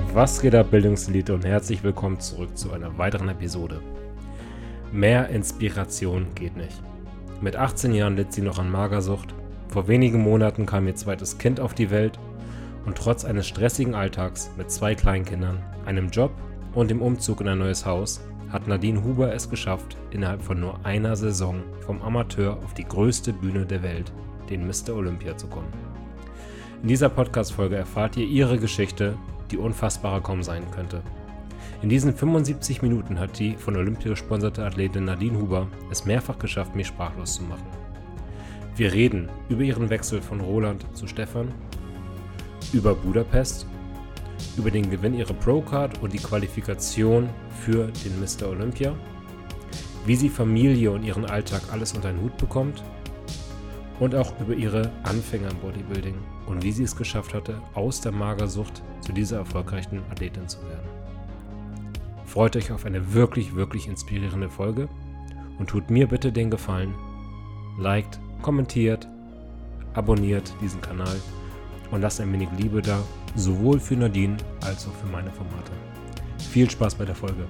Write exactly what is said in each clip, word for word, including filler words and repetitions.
Was geht ab, Bildungselite, und herzlich willkommen zurück zu einer weiteren Episode. Mehr Inspiration geht nicht. Mit achtzehn Jahren litt sie noch an Magersucht, vor wenigen Monaten kam ihr zweites Kind auf die Welt und trotz eines stressigen Alltags mit zwei Kleinkindern, einem Job und dem Umzug in ein neues Haus hat Nadine Huber es geschafft, innerhalb von nur einer Saison vom Amateur auf die größte Bühne der Welt, den Mister Olympia, zu kommen. In dieser Podcast-Folge erfahrt ihr ihre Geschichte, die unfassbarer kaum sein könnte. In diesen fünfundsiebzig Minuten hat die von Olympia gesponserte Athletin Nadine Huber es mehrfach geschafft, mich sprachlos zu machen. Wir reden über ihren Wechsel von Roland zu Stefan, über Budapest, über den Gewinn ihrer Pro-Card und die Qualifikation für den Mister Olympia, wie sie Familie und ihren Alltag alles unter einen Hut bekommt und auch über ihre Anfänge im Bodybuilding und wie sie es geschafft hatte, aus der Magersucht zu dieser erfolgreichen Athletin zu werden. Freut euch auf eine wirklich, wirklich inspirierende Folge und tut mir bitte den Gefallen, liked, kommentiert, abonniert diesen Kanal und lasst ein wenig Liebe da, sowohl für Nadine als auch für meine Formate. Viel Spaß bei der Folge.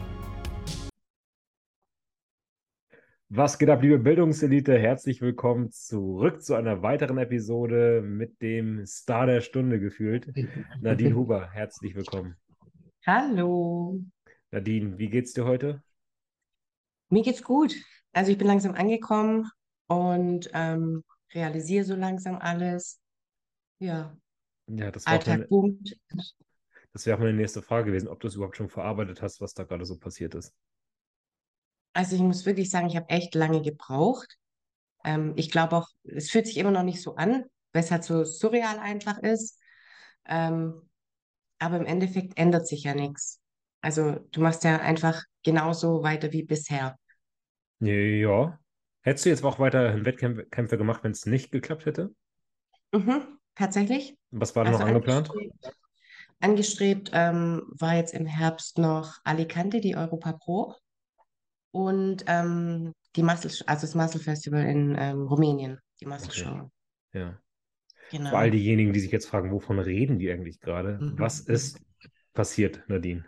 Was geht ab, liebe Bildungselite? Herzlich willkommen zurück zu einer weiteren Episode mit dem Star der Stunde gefühlt. Nadine Huber, herzlich willkommen. Hallo. Nadine, wie geht's dir heute? Mir geht's gut. Also ich bin langsam angekommen und ähm, realisiere so langsam alles. Ja, Ja, das war auch Alltag meine, boomt. das wäre auch meine nächste Frage gewesen, ob du es überhaupt schon verarbeitet hast, was da gerade so passiert ist. Also ich muss wirklich sagen, ich habe echt lange gebraucht. Ähm, ich glaube auch, es fühlt sich immer noch nicht so an, weil es halt so surreal einfach ist. Ähm, aber im Endeffekt ändert sich ja nichts. Also du machst ja einfach genauso weiter wie bisher. Ja. Hättest du jetzt auch weiterhin Wettkämpfe Kämpfe gemacht, wenn es nicht geklappt hätte? Mhm, tatsächlich. Was war denn noch Also angeplant? angestrebt. Angestrebt ähm, war jetzt im Herbst noch Alicante, die Europa Pro und ähm, die Muscle, also das Muscle Festival in ähm, Rumänien, die Muscle Okay, Show. ja. Für all Genau. diejenigen, die sich jetzt fragen, wovon reden die eigentlich gerade? Was Mhm. ist passiert, Nadine?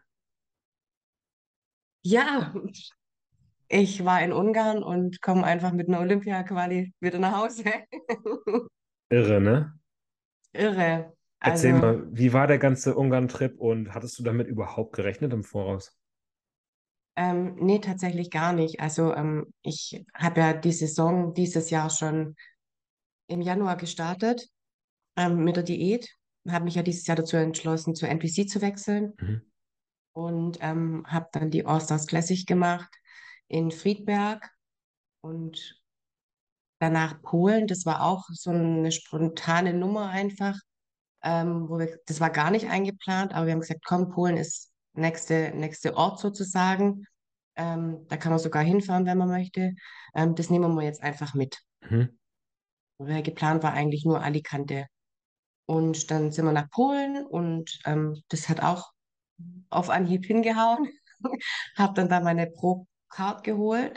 Ja, ich war in Ungarn und komme einfach mit einer Olympia-Quali wieder nach Hause. Irre, ne? Irre. Erzähl Also, mal, wie war der ganze Ungarn-Trip und hattest du damit überhaupt gerechnet im Voraus? ähm, nee, tatsächlich gar nicht. Also, ähm, ich habe ja die Saison dieses Jahr schon im Januar gestartet ähm, mit der Diät. Habe mich ja dieses Jahr dazu entschlossen, zur N P C zu wechseln Mhm. und ähm, habe dann die All-Stars Classic gemacht in Friedberg und danach Polen. Das war auch so eine spontane Nummer einfach, ähm, wo wir, das war gar nicht eingeplant, aber wir haben gesagt, komm, Polen ist nächste, nächste Ort sozusagen. Ähm, da kann man sogar hinfahren, wenn man möchte. Ähm, das nehmen wir jetzt einfach mit. Mhm. Weil geplant war eigentlich nur Alicante. Und dann sind wir nach Polen und ähm, das hat auch auf Anhieb hingehauen. Habe dann da meine Pro-Card geholt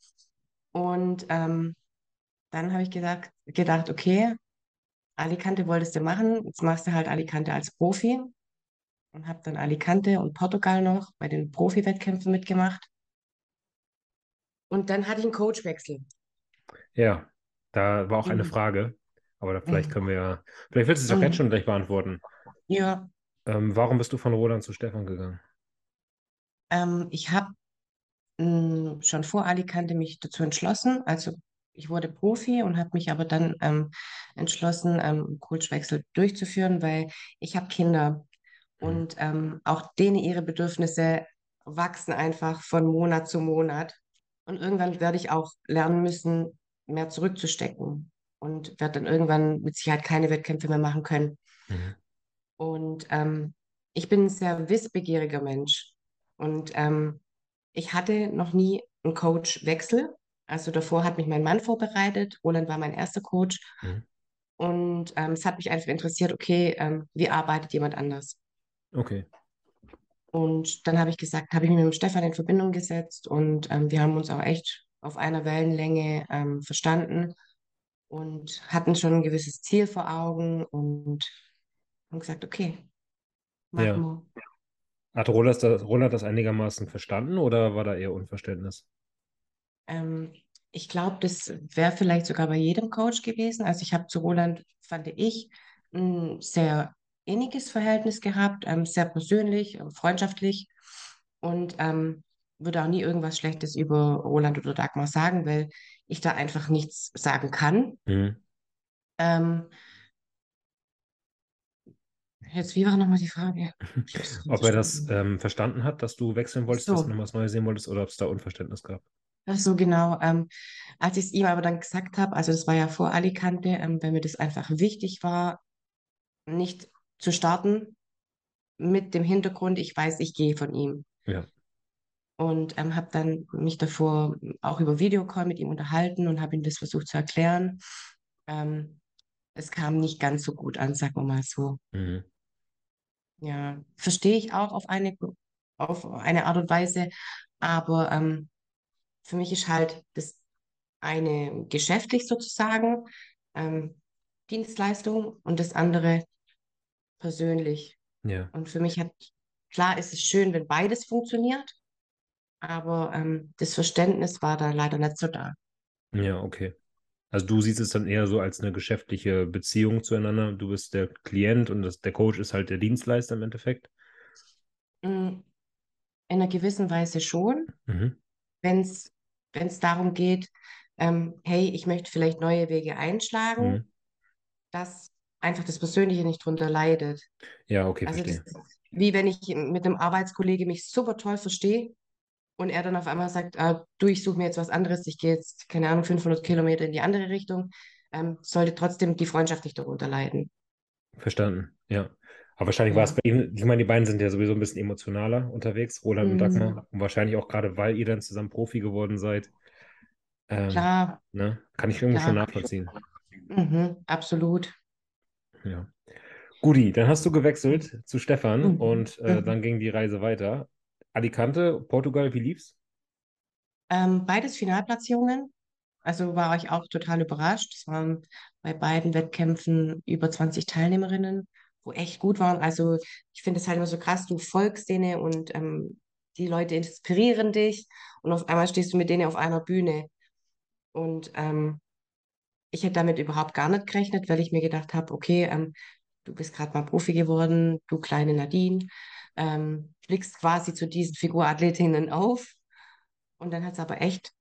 und ähm, dann habe ich gesagt, gedacht, okay, Alicante wolltest du machen, jetzt machst du halt Alicante als Profi und habe dann Alicante und Portugal noch bei den Profi-Wettkämpfen mitgemacht. Und dann hatte ich einen Coachwechsel. Ja, da war auch eine Und, Frage, aber da, vielleicht können mhm. wir ja, vielleicht willst du es auch jetzt Mhm. schon gleich beantworten. Ja, Ähm, warum bist du von Roland zu Stefan gegangen? ähm, ich habe mh, schon vor Alicante mich dazu entschlossen. Also ich wurde Profi und habe mich aber dann ähm, entschlossen, ähm, einen Coachwechsel durchzuführen, weil ich habe Kinder Mhm. und ähm, auch denen ihre Bedürfnisse wachsen einfach von Monat zu Monat. Und irgendwann werde ich auch lernen müssen, mehr zurückzustecken und werde dann irgendwann mit Sicherheit keine Wettkämpfe mehr machen können. Mhm. Und ähm, ich bin ein sehr wissbegieriger Mensch. Und ähm, ich hatte noch nie einen Coachwechsel. Also davor hat mich mein Mann vorbereitet. Roland war mein erster Coach. Mhm. Und ähm, es hat mich einfach interessiert, okay, ähm, wie arbeitet jemand anders? Okay. Und dann habe ich gesagt, habe ich mich mit dem Stefan in Verbindung gesetzt und ähm, wir haben uns auch echt auf einer Wellenlänge ähm, verstanden und hatten schon ein gewisses Ziel vor Augen und haben gesagt, okay, machen Ja. wir. Hat Roland das, Roland das einigermaßen verstanden oder war da eher Unverständnis? Ähm, Ich glaube, das wäre vielleicht sogar bei jedem Coach gewesen. Also ich habe zu Roland, fand ich, ein sehr inniges Verhältnis gehabt, ähm, sehr persönlich, ähm, freundschaftlich und ähm, würde auch nie irgendwas Schlechtes über Roland oder Dagmar sagen, weil ich da einfach nichts sagen kann. Mhm. Ähm, Jetzt, wie war nochmal die Frage? Ich habe es Ob er das verstanden. ähm, verstanden hat, dass du wechseln Ach wolltest, dass du so, noch was Neues sehen wolltest oder ob es da Unverständnis gab? ach so genau. Ähm, als ich es ihm aber dann gesagt habe, also das war ja vor Alicante, ähm, weil mir das einfach wichtig war, nicht zu starten mit dem Hintergrund, ich weiß, ich gehe von ihm. Ja, Und ähm, habe dann mich davor auch über Videocall mit ihm unterhalten und habe ihm das versucht zu erklären. Ähm, Es kam nicht ganz so gut an, sagen wir mal so. mhm. Ja, verstehe ich auch auf eine, auf eine Art und Weise, aber ähm, für mich ist halt das eine geschäftlich sozusagen, ähm, Dienstleistung und das andere persönlich. Ja, Und für mich hat, klar ist es schön, wenn beides funktioniert, aber ähm, das Verständnis war da leider nicht so da. ja, okay. Also du siehst es dann eher so als eine geschäftliche Beziehung zueinander. Du bist der Klient und das, der Coach ist halt der Dienstleister im Endeffekt. Mm, In einer gewissen Weise schon, Mhm. wenn es wenn es darum geht, ähm, hey, ich möchte vielleicht neue Wege einschlagen, Mhm. dass einfach das Persönliche nicht drunter leidet. Ja, okay, Also das verstehe. ist wie wenn ich mit einem Arbeitskollege mich super toll verstehe und er dann auf einmal sagt, ah, du, ich suche mir jetzt was anderes, ich gehe jetzt, keine Ahnung, fünfhundert Kilometer in die andere Richtung, ähm, sollte trotzdem die Freundschaft nicht darunter leiden. Verstanden, ja. Aber wahrscheinlich war es Ja. bei ihm, ich meine, die beiden sind ja sowieso ein bisschen emotionaler unterwegs, Roland und Mhm. Dagmar. Und wahrscheinlich auch gerade, weil ihr dann zusammen Profi geworden seid. Ähm, Klar, ne? Kann ich irgendwo schon klar. nachvollziehen. Mhm, absolut. Ja. Guti, dann hast du gewechselt zu Stefan Mhm. und äh, Mhm. dann ging die Reise weiter. Alicante, Portugal, wie lief's? Ähm, beides Finalplatzierungen. Also war ich auch total überrascht. Es waren bei beiden Wettkämpfen über zwanzig Teilnehmerinnen, wo echt gut waren. Also ich finde es halt immer so krass, du folgst denen und ähm, die Leute inspirieren dich und auf einmal stehst du mit denen auf einer Bühne. Und ähm, ich hätte damit überhaupt gar nicht gerechnet, weil ich mir gedacht habe, okay, ähm, du bist gerade mal Profi geworden, du kleine Nadine, ähm, blickst quasi zu diesen Figurathletinnen auf. Und dann hat es aber echt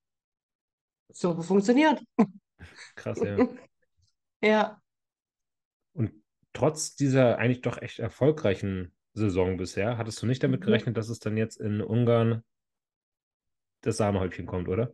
so funktioniert. Krass, ja. Ja. Und trotz dieser eigentlich doch echt erfolgreichen Saison bisher, hattest du nicht damit Mhm. gerechnet, dass es dann jetzt in Ungarn das Sahnehäubchen kommt, oder?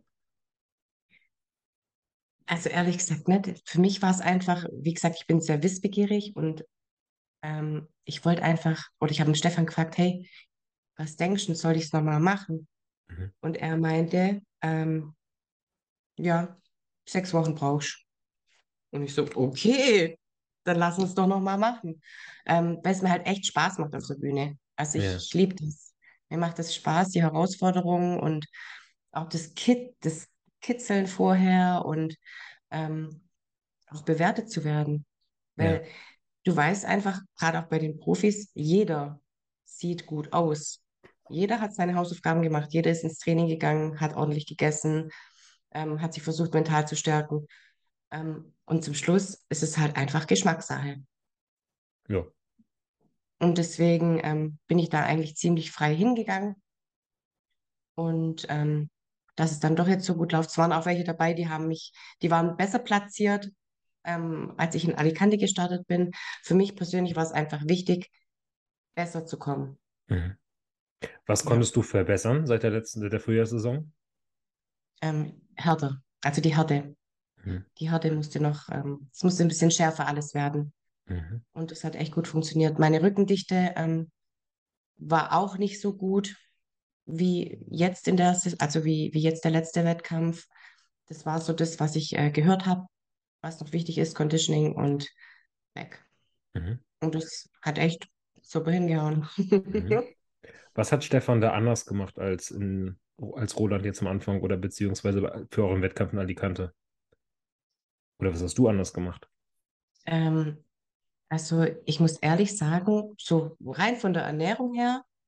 Also ehrlich gesagt nicht. Für mich war es einfach, wie gesagt, ich bin sehr wissbegierig und ähm, ich wollte einfach, oder ich habe den Stefan gefragt, hey, was denkst du, soll ich es nochmal machen? Mhm. Und er meinte, ähm, ja, sechs Wochen brauchst du. Und ich so, okay, dann lass uns doch nochmal machen. Ähm, weil es mir halt echt Spaß macht auf der Bühne. Also ich, Ja, ich liebe das. Mir macht das Spaß, die Herausforderungen und auch das Kit, das Kitzeln vorher und ähm, auch bewertet zu werden. ja, Weil du weißt einfach, gerade auch bei den Profis, jeder sieht gut aus. Jeder hat seine Hausaufgaben gemacht, jeder ist ins Training gegangen, hat ordentlich gegessen, ähm, hat sich versucht, mental zu stärken. Ähm, und zum Schluss ist es halt einfach Geschmackssache. ja. Und deswegen ähm, bin ich da eigentlich ziemlich frei hingegangen. Und ähm, dass es dann doch jetzt so gut läuft. Es waren auch welche dabei, die haben mich, die waren besser platziert, ähm, als ich in Alicante gestartet bin. Für mich persönlich war es einfach wichtig, besser zu kommen. Mhm. Was Ja, konntest du verbessern seit der letzten, seit der Frühjahrssaison? ähm, härter. Also die Härte. Mhm. Die Härte musste noch, ähm, es musste ein bisschen schärfer alles werden. Mhm. Und es hat echt gut funktioniert. Meine Rückendichte ähm, war auch nicht so gut wie jetzt in der, Sis- also wie, wie jetzt der letzte Wettkampf. Das war so das, was ich äh, gehört habe, was noch wichtig ist, Conditioning und weg. Mhm. Und das hat echt super hingehauen. Mhm. Was hat Stefan da anders gemacht als in, als Roland jetzt am Anfang oder beziehungsweise für euren Wettkampf in Alicante? Oder was hast du anders gemacht? Ähm, also ich muss ehrlich sagen, so rein von der Ernährung her,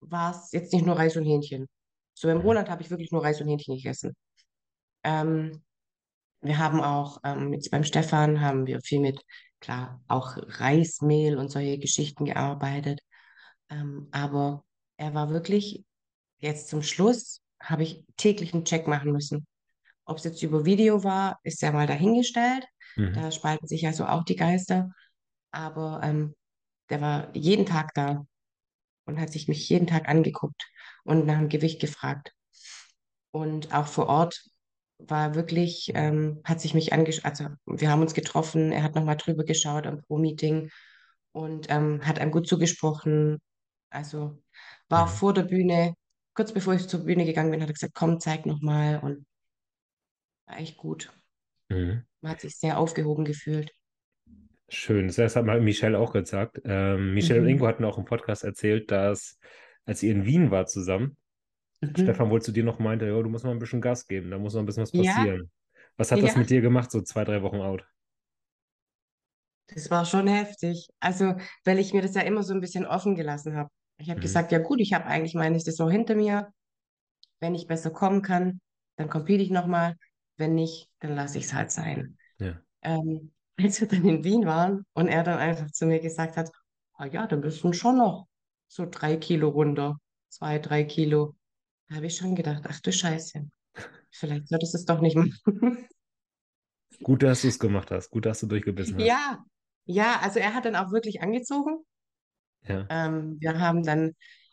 war es jetzt nicht nur Reis und Hähnchen. So im Mhm. Monat habe ich wirklich nur Reis und Hähnchen gegessen. Ähm, Wir haben auch, ähm, jetzt beim Stefan haben wir viel mit, klar, auch Reismehl und solche Geschichten gearbeitet. Ähm, aber er war wirklich, jetzt zum Schluss, habe ich täglich einen Check machen müssen. Ob es jetzt über Video war, ist ja mal dahingestellt. Mhm. Da spalten sich also auch die Geister. Aber ähm, der war jeden Tag da und hat sich mich jeden Tag angeguckt und nach dem Gewicht gefragt. Und auch vor Ort war wirklich, ähm, hat sich mich angeschaut, also wir haben uns getroffen, er hat nochmal drüber geschaut am Pro-Meeting und ähm, hat einem gut zugesprochen. Also war auch Mhm. vor der Bühne, kurz bevor ich zur Bühne gegangen bin, hat er gesagt, komm, zeig nochmal und war echt gut. Mhm. Man hat sich sehr aufgehoben gefühlt. Schön. Das hat mal Michelle auch gesagt. Ähm, Michelle und Mhm. Ingo hatten auch im Podcast erzählt, dass, als ihr in Wien war zusammen, Mhm. Stefan wohl zu dir noch meinte, ja, du musst mal ein bisschen Gas geben, da muss noch ein bisschen was Ja, passieren. Was hat das ja, mit dir gemacht, so zwei, drei Wochen out? das war schon heftig. Also, weil ich mir das ja immer so ein bisschen offen gelassen habe. Ich habe Mhm. gesagt, ja gut, ich habe eigentlich meine Saison hinter mir. Wenn ich besser kommen kann, dann compete ich nochmal. Wenn nicht, dann lasse ich es halt sein. Ja. Ähm, als wir dann in Wien waren und er dann einfach zu mir gesagt hat, ah ja, dann bist du schon noch so drei Kilo runter, zwei, drei Kilo. Da habe ich schon gedacht, ach du Scheiße, vielleicht solltest du es doch nicht machen. Gut, dass du es gemacht hast. Gut, dass du durchgebissen hast. Ja, ja, also er hat dann auch wirklich angezogen. Ja. Ähm, wir haben dann,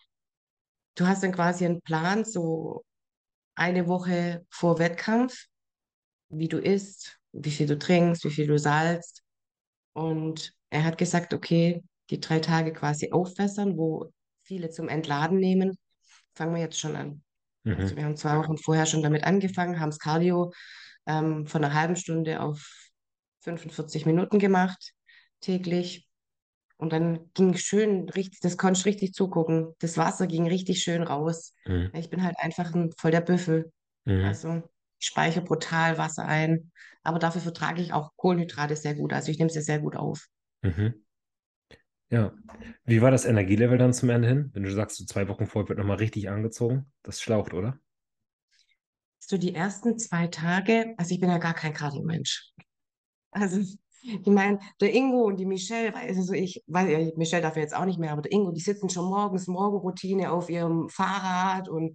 du hast dann quasi einen Plan, so eine Woche vor Wettkampf, wie du isst, wie viel du trinkst, wie viel du salzt. Und er hat gesagt, okay, die drei Tage quasi aufwässern, wo viele zum Entladen nehmen, fangen wir jetzt schon an. Also Mhm. wir haben zwei Wochen vorher schon damit angefangen, haben das Cardio ähm, von einer halben Stunde auf fünfundvierzig Minuten gemacht, täglich. Und dann ging schön richtig, das konnte ich richtig zugucken. Das Wasser ging richtig schön raus. Mhm. Ich bin halt einfach ein voll der Büffel. Mhm. Also ich speichere brutal Wasser ein. Aber dafür vertrage ich auch Kohlenhydrate sehr gut. Also ich nehme sie sehr gut auf. Mhm. Ja. Wie war das Energielevel dann zum Ende hin? Wenn du sagst, so zwei Wochen vorher wird nochmal richtig angezogen. Das schlaucht, oder? So die ersten zwei Tage, also ich bin ja gar kein Cardio-Mensch. Also ich meine, der Ingo und die Michelle, also ich weiß ja, Michelle darf ja jetzt auch nicht mehr, aber der Ingo, die sitzen schon morgens Morgenroutine auf ihrem Fahrrad und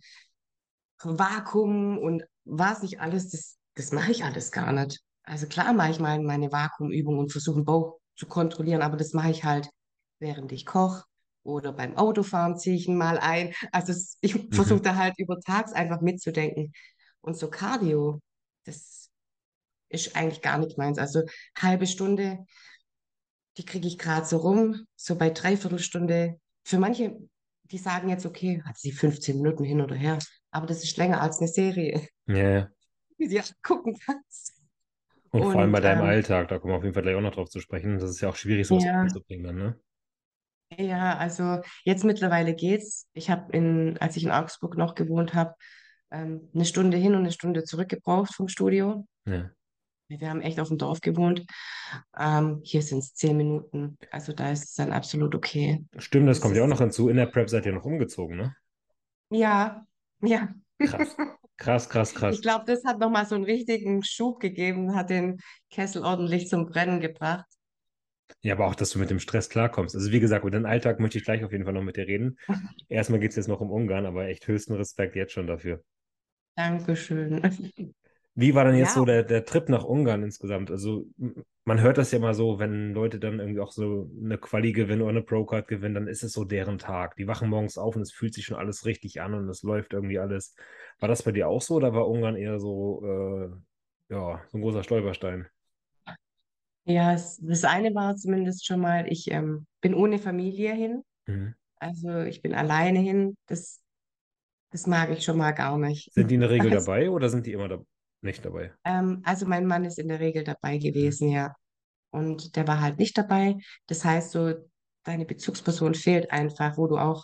Vakuum und was nicht alles, das, das mache ich alles gar nicht. Also klar mache ich mal meine Vakuumübungen und versuche den Bauch zu kontrollieren, aber das mache ich halt, während ich koche oder beim Autofahren ziehe ich ihn mal ein. Also es, ich versuche Mhm. da halt über Tags einfach mitzudenken. Und so Cardio, das ist eigentlich gar nicht meins. Also halbe Stunde, die kriege ich gerade so rum, so bei Dreiviertelstunde. Für manche, die sagen jetzt, okay, hat sie fünfzehn Minuten hin oder her, aber das ist länger als eine Serie, Ja, ja. die du gucken kannst. Und vor allem bei Und deinem ähm, Alltag, da kommen wir auf jeden Fall gleich auch noch drauf zu sprechen. Das ist ja auch schwierig, sowas ja, unterzubringen dann, ne? ja, also jetzt mittlerweile geht's. Ich habe in, als ich in Augsburg noch gewohnt habe, ähm, eine Stunde hin und eine Stunde zurück gebraucht vom Studio. Ja. Wir haben echt auf dem Dorf gewohnt. Ähm, hier sind es zehn Minuten. Also da ist es dann absolut okay. Stimmt, das Das kommt ja auch noch ist, hinzu. In der Prep seid ihr noch umgezogen, ne? ja, ja. Krass. Krass, krass, Ich krass. glaube, das hat nochmal so einen richtigen Schub gegeben, hat den Kessel ordentlich zum Brennen gebracht. Ja, aber auch, dass du mit dem Stress klarkommst. Also wie gesagt, über den Alltag möchte ich gleich auf jeden Fall noch mit dir reden. Erstmal geht es jetzt noch um Ungarn, aber echt höchsten Respekt jetzt schon dafür. Dankeschön. Wie war denn jetzt Ja, so der, der Trip nach Ungarn insgesamt? Also m- man hört das ja mal so, wenn Leute dann irgendwie auch so eine Quali gewinnen oder eine Pro-Card gewinnen, dann ist es so deren Tag. Die wachen morgens auf und es fühlt sich schon alles richtig an und es läuft irgendwie alles. War das bei dir auch so oder war Ungarn eher so, äh, ja, so ein großer Stolperstein? ja, es, das eine war zumindest schon mal, ich ähm, bin ohne Familie hin. Mhm. Also ich bin alleine hin. Das, das mag ich schon mal gar nicht. Sind die in der Regel Also, dabei oder sind die immer da nicht dabei? ähm, also mein Mann ist in der Regel dabei Mhm. gewesen, ja. Und der war halt nicht dabei. Das heißt, so deine Bezugsperson fehlt einfach, wo du auch,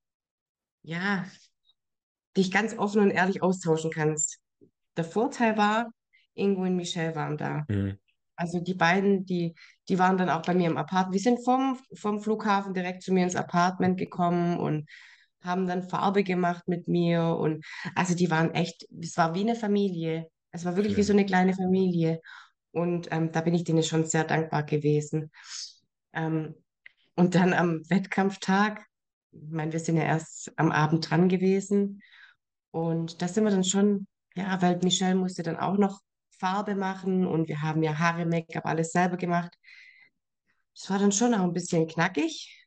ja, dich ganz offen und ehrlich austauschen kannst. Der Vorteil war, Ingo und Michelle waren da. Mhm. Also die beiden, die, die waren dann auch bei mir im Apartment. Die sind vom, vom Flughafen direkt zu mir ins Apartment gekommen und haben dann Farbe gemacht mit mir und also die waren echt, es war wie eine Familie. Es war wirklich wie so Schön. eine kleine Familie. Und ähm, da bin ich denen schon sehr dankbar gewesen. Ähm, und dann am Wettkampftag, ich meine, wir sind ja erst am Abend dran gewesen. Und da sind wir dann schon, ja, weil Michelle musste dann auch noch Farbe machen und wir haben ja Haare, Make-up, alles selber gemacht. Es war dann schon auch ein bisschen knackig,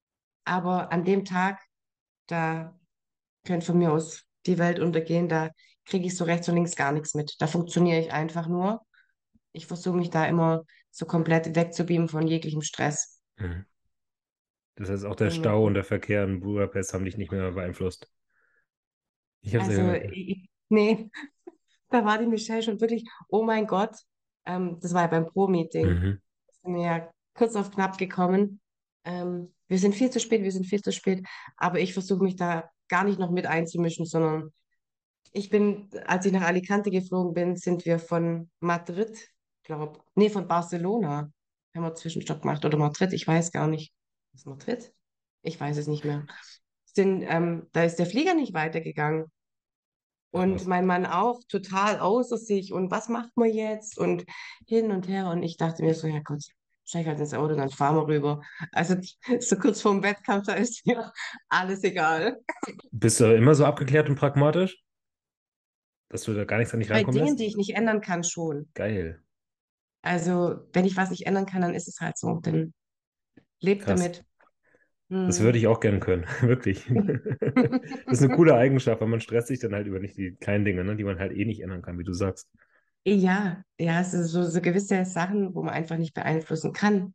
aber an dem Tag, da könnte von mir aus die Welt untergehen, da kriege ich so rechts und links gar nichts mit. Da funktioniere ich einfach nur. Ich versuche mich da immer so komplett wegzubeamen von jeglichem Stress. Mhm. Das heißt, auch der Stau und Genau. der Verkehr in Budapest haben dich nicht mehr beeinflusst. Ich habe es Also, ja. ich, nee, da war die Michelle schon wirklich, oh mein Gott, ähm, das war ja beim Pro-Meeting. Mhm. Sind wir ja kurz auf knapp gekommen. Ähm, wir sind viel zu spät, wir sind viel zu spät. Aber ich versuche mich da gar nicht noch mit einzumischen, sondern ich bin, als ich nach Alicante geflogen bin, sind wir von Madrid, glaube, nee, von Barcelona, haben wir Zwischenstopp gemacht. Oder Madrid, ich weiß gar nicht. Ist Madrid? Ich weiß es nicht mehr. Sind, ähm, da ist der Flieger nicht weitergegangen. Ach Und was. mein Mann auch total außer sich. Und was macht man jetzt? Und hin und her. Und ich dachte mir so, ja Gott, steig halt ins Auto, dann fahren wir rüber. Also so kurz vorm Wettkampf, da ist mir alles egal. Bist du immer so abgeklärt und pragmatisch, dass du da gar nichts an dich Bei rankommen Dingen, lässt? die ich nicht ändern kann, schon. Geil. Also wenn ich was nicht ändern kann, dann ist es halt so. Dann lebt Krass. damit. Das würde Hm. ich auch gern können. Wirklich. Das ist eine coole Eigenschaft, weil man stresst sich dann halt über nicht die kleinen Dinge, ne, die man halt eh nicht ändern kann, wie du sagst. Ja, ja, es ist so, so gewisse Sachen, wo man einfach nicht beeinflussen kann,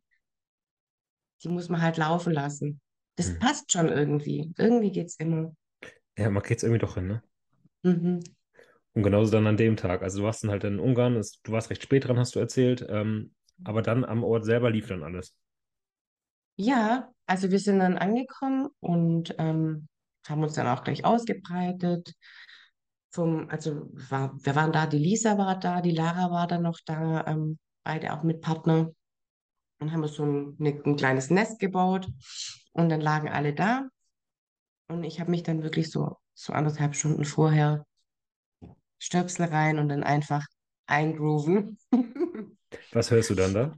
die muss man halt laufen lassen. Das Hm. passt schon irgendwie. Irgendwie geht's immer. Ja, man kriegt es irgendwie doch hin, ne? Mhm. Und genauso dann an dem Tag. Also du warst dann halt in Ungarn, es, du warst recht spät dran, hast du erzählt, ähm, aber dann am Ort selber lief dann alles. Ja, also wir sind dann angekommen und ähm, haben uns dann auch gleich ausgebreitet. Vom, also war, wir waren da, die Lisa war da, die Lara war dann noch da, ähm, beide auch mit Partner. Dann haben wir so ein, ne, ein kleines Nest gebaut und dann lagen alle da. Und ich habe mich dann wirklich so, so anderthalb Stunden vorher Stöpsel rein und dann einfach eingrooven. Was hörst du dann da?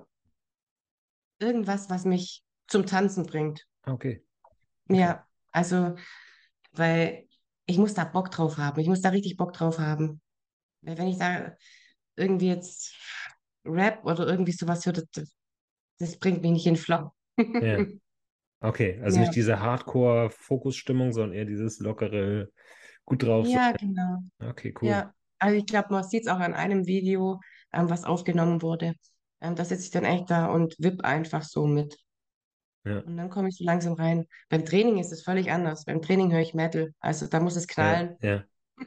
Irgendwas, was mich zum Tanzen bringt. Ah, okay, okay. Ja, also, weil ich muss da Bock drauf haben. Ich muss da richtig Bock drauf haben. Weil wenn ich da irgendwie jetzt Rap oder irgendwie sowas höre, das, das bringt mich nicht in den Flow. Ja, okay. Also Ja, nicht diese Hardcore-Fokusstimmung, sondern eher dieses lockere, gut drauf sein. ja, genau. Okay, cool. Ja, also ich glaube, man sieht es auch an einem Video, ähm, was aufgenommen wurde. Ähm, da sitze ich dann echt da und wipp einfach so mit. Ja, Und dann komme ich so langsam rein. Beim Training ist es völlig anders. Beim Training höre ich Metal. Also da muss es ja, knallen. ja.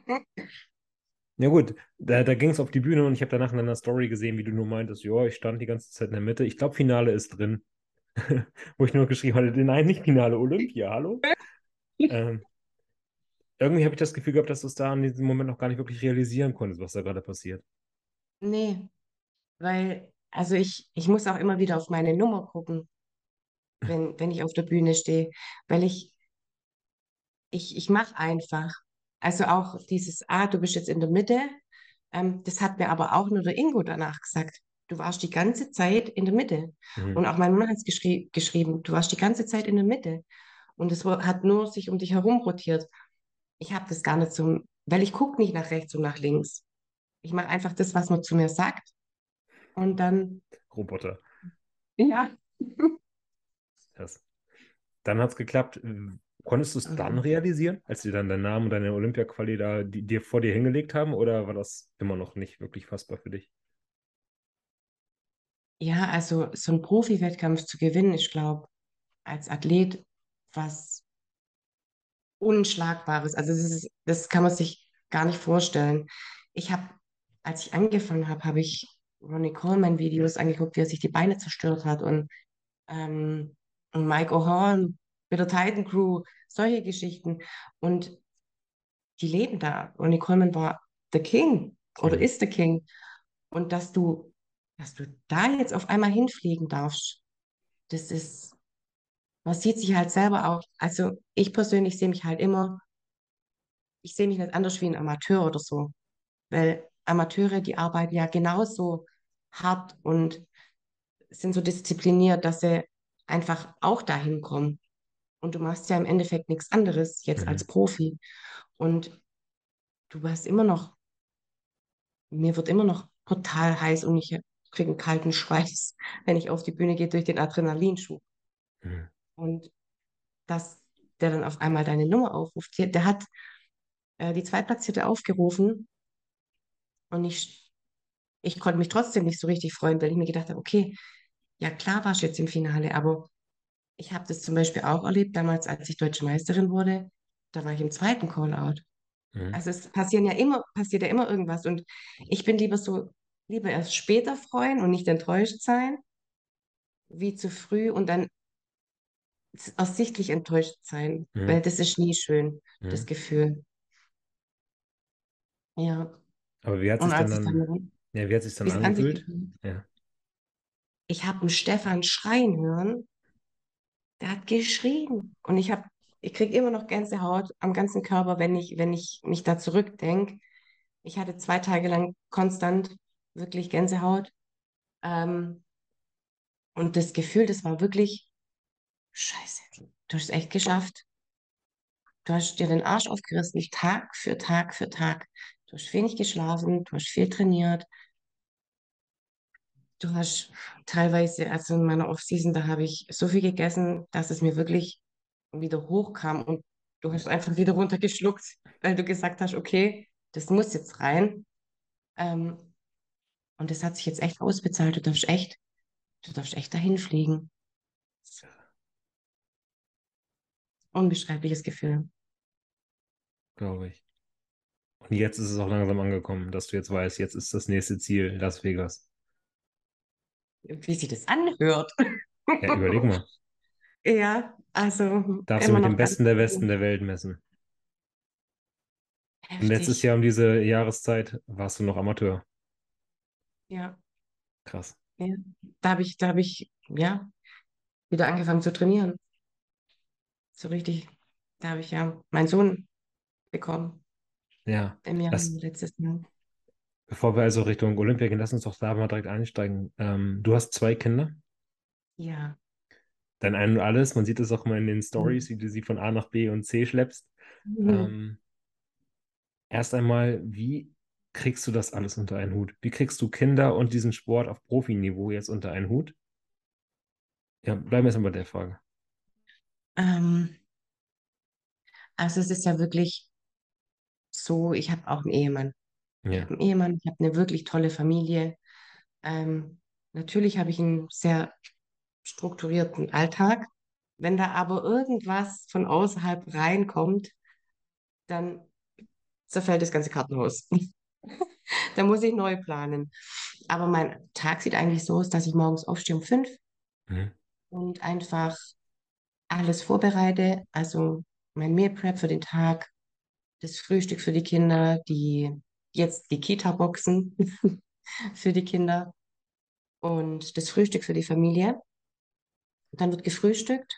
Ja gut, da, da ging es auf die Bühne und ich habe danach in deiner Story gesehen, wie du nur meintest, ja, ich stand die ganze Zeit in der Mitte. Ich glaube, Finale ist drin. Wo ich nur geschrieben hatte, nein, nicht Finale Olympia, hallo? Ähm, irgendwie habe ich das Gefühl gehabt, dass du es da in diesem Moment noch gar nicht wirklich realisieren konntest, was da gerade passiert. Nee, weil, also ich, ich muss auch immer wieder auf meine Nummer gucken, wenn, wenn ich auf der Bühne stehe, weil ich, ich, ich mache einfach. Also auch dieses, ah, du bist jetzt in der Mitte, ähm, das hat mir aber auch nur der Ingo danach gesagt. Du warst die ganze Zeit in der Mitte. Mhm. Und auch mein Mann hat es geschrie geschrieben, du warst die ganze Zeit in der Mitte. Und es wo- hat nur sich um dich herum rotiert. Ich habe das gar nicht so, weil ich gucke nicht nach rechts und nach links. Ich mache einfach das, was man zu mir sagt. Und dann, Roboter. ja. Das. Dann hat es geklappt. Konntest du es dann Mhm. realisieren, als sie dann deinen Namen und deine Olympia-Quali da die, dir vor dir hingelegt haben, oder war das immer noch nicht wirklich fassbar für dich? Ja, also so ein Profi-Wettkampf zu gewinnen, ich glaube, als Athlet was Unschlagbares. Also das ist, das kann man sich gar nicht vorstellen. Ich habe, als ich angefangen habe, habe ich Ronnie Coleman Videos angeguckt, wie er sich die Beine zerstört hat und, ähm, und Mike O'Hearn mit der Titan Crew, solche Geschichten. Und die leben da. Ronnie Coleman war the King oder Mhm. ist the King. Und dass du, dass du da jetzt auf einmal hinfliegen darfst, das ist, man sieht sich halt selber auch, also ich persönlich sehe mich halt immer, ich sehe mich nicht anders wie ein Amateur oder so, weil Amateure, die arbeiten ja genauso hart und sind so diszipliniert, dass sie einfach auch dahin kommen. Und du machst ja im Endeffekt nichts anderes jetzt als Mhm. Profi. Und du hast immer noch, mir wird immer noch total heiß und ich kriege einen kalten Schweiß, wenn ich auf die Bühne gehe durch den Adrenalinschub. Mhm. Und dass der dann auf einmal deine Nummer aufruft, der, der hat äh, die Zweitplatzierte aufgerufen und ich, ich konnte mich trotzdem nicht so richtig freuen, weil ich mir gedacht habe, okay, ja klar warst du jetzt im Finale, aber ich habe das zum Beispiel auch erlebt, damals, als ich Deutsche Meisterin wurde, da war ich im zweiten Callout. Mhm. Also es passieren ja immer, passiert ja immer irgendwas und ich bin lieber so, lieber erst später freuen und nicht enttäuscht sein, wie zu früh und dann ersichtlich enttäuscht sein, Mhm. weil das ist nie schön, das Mhm. Gefühl. Ja, Aber wie hat und sich denn als es dann, dann, ja, wie hat sich dann wie es an sich angefühlt? gefühlt, Ja. ich habe einen Stefan schreien hören, der hat geschrien und ich habe, ich kriege immer noch Gänsehaut am ganzen Körper, wenn ich, wenn ich mich da zurückdenke. Ich hatte zwei Tage lang konstant wirklich Gänsehaut. Ähm, und das Gefühl, das war wirklich, scheiße, du hast es echt geschafft. Du hast dir den Arsch aufgerissen, Tag für Tag für Tag. Du hast wenig geschlafen, du hast viel trainiert. Du hast teilweise, also in meiner Offseason, da habe ich so viel gegessen, dass es mir wirklich wieder hochkam und du hast einfach wieder runtergeschluckt, weil du gesagt hast, okay, das muss jetzt rein. Ähm, und das hat sich jetzt echt ausbezahlt. Du darfst echt, du darfst echt dahin fliegen. Unbeschreibliches Gefühl. Glaube ich. Und jetzt ist es auch langsam angekommen, dass du jetzt weißt, jetzt ist das nächste Ziel Las Vegas. Wie sich das anhört. Ja, überleg mal. Ja, also Darfst du immer mit dem noch ganz Besten der Westen viel. der Welt messen. Und letztes Heftig. Jahr um diese Jahreszeit warst du noch Amateur. Ja, Krass. ja. Da habe ich, da habe ich, ja, wieder angefangen zu trainieren. So richtig. Da habe ich ja meinen Sohn bekommen Ja. im Jahr Lass, letztes Jahr. bevor wir also Richtung Olympia gehen, lass uns doch da mal direkt einsteigen. Ähm, du hast zwei Kinder. Ja. Dein Ein und Alles. Man sieht es auch mal in den Stories, wie du sie von A nach B und C schleppst. Mhm. Ähm, erst einmal, wie kriegst du das alles unter einen Hut? Wie kriegst du Kinder und diesen Sport auf Profiniveau jetzt unter einen Hut? Ja, bleiben wir erstmal bei der Frage. Ähm, also es ist ja wirklich so, ich habe auch einen Ehemann. Ich Ja. habe einen Ehemann, ich habe eine wirklich tolle Familie. Ähm, natürlich habe ich einen sehr strukturierten Alltag. Wenn da aber irgendwas von außerhalb reinkommt, dann zerfällt das ganze Kartenhaus. Da muss ich neu planen. Aber mein Tag sieht eigentlich so aus, dass ich morgens aufstehe um fünf Mhm. und einfach alles vorbereite. Also mein Meal Prep für den Tag, das Frühstück für die Kinder, die jetzt die Kita-Boxen für die Kinder und das Frühstück für die Familie. Dann wird gefrühstückt.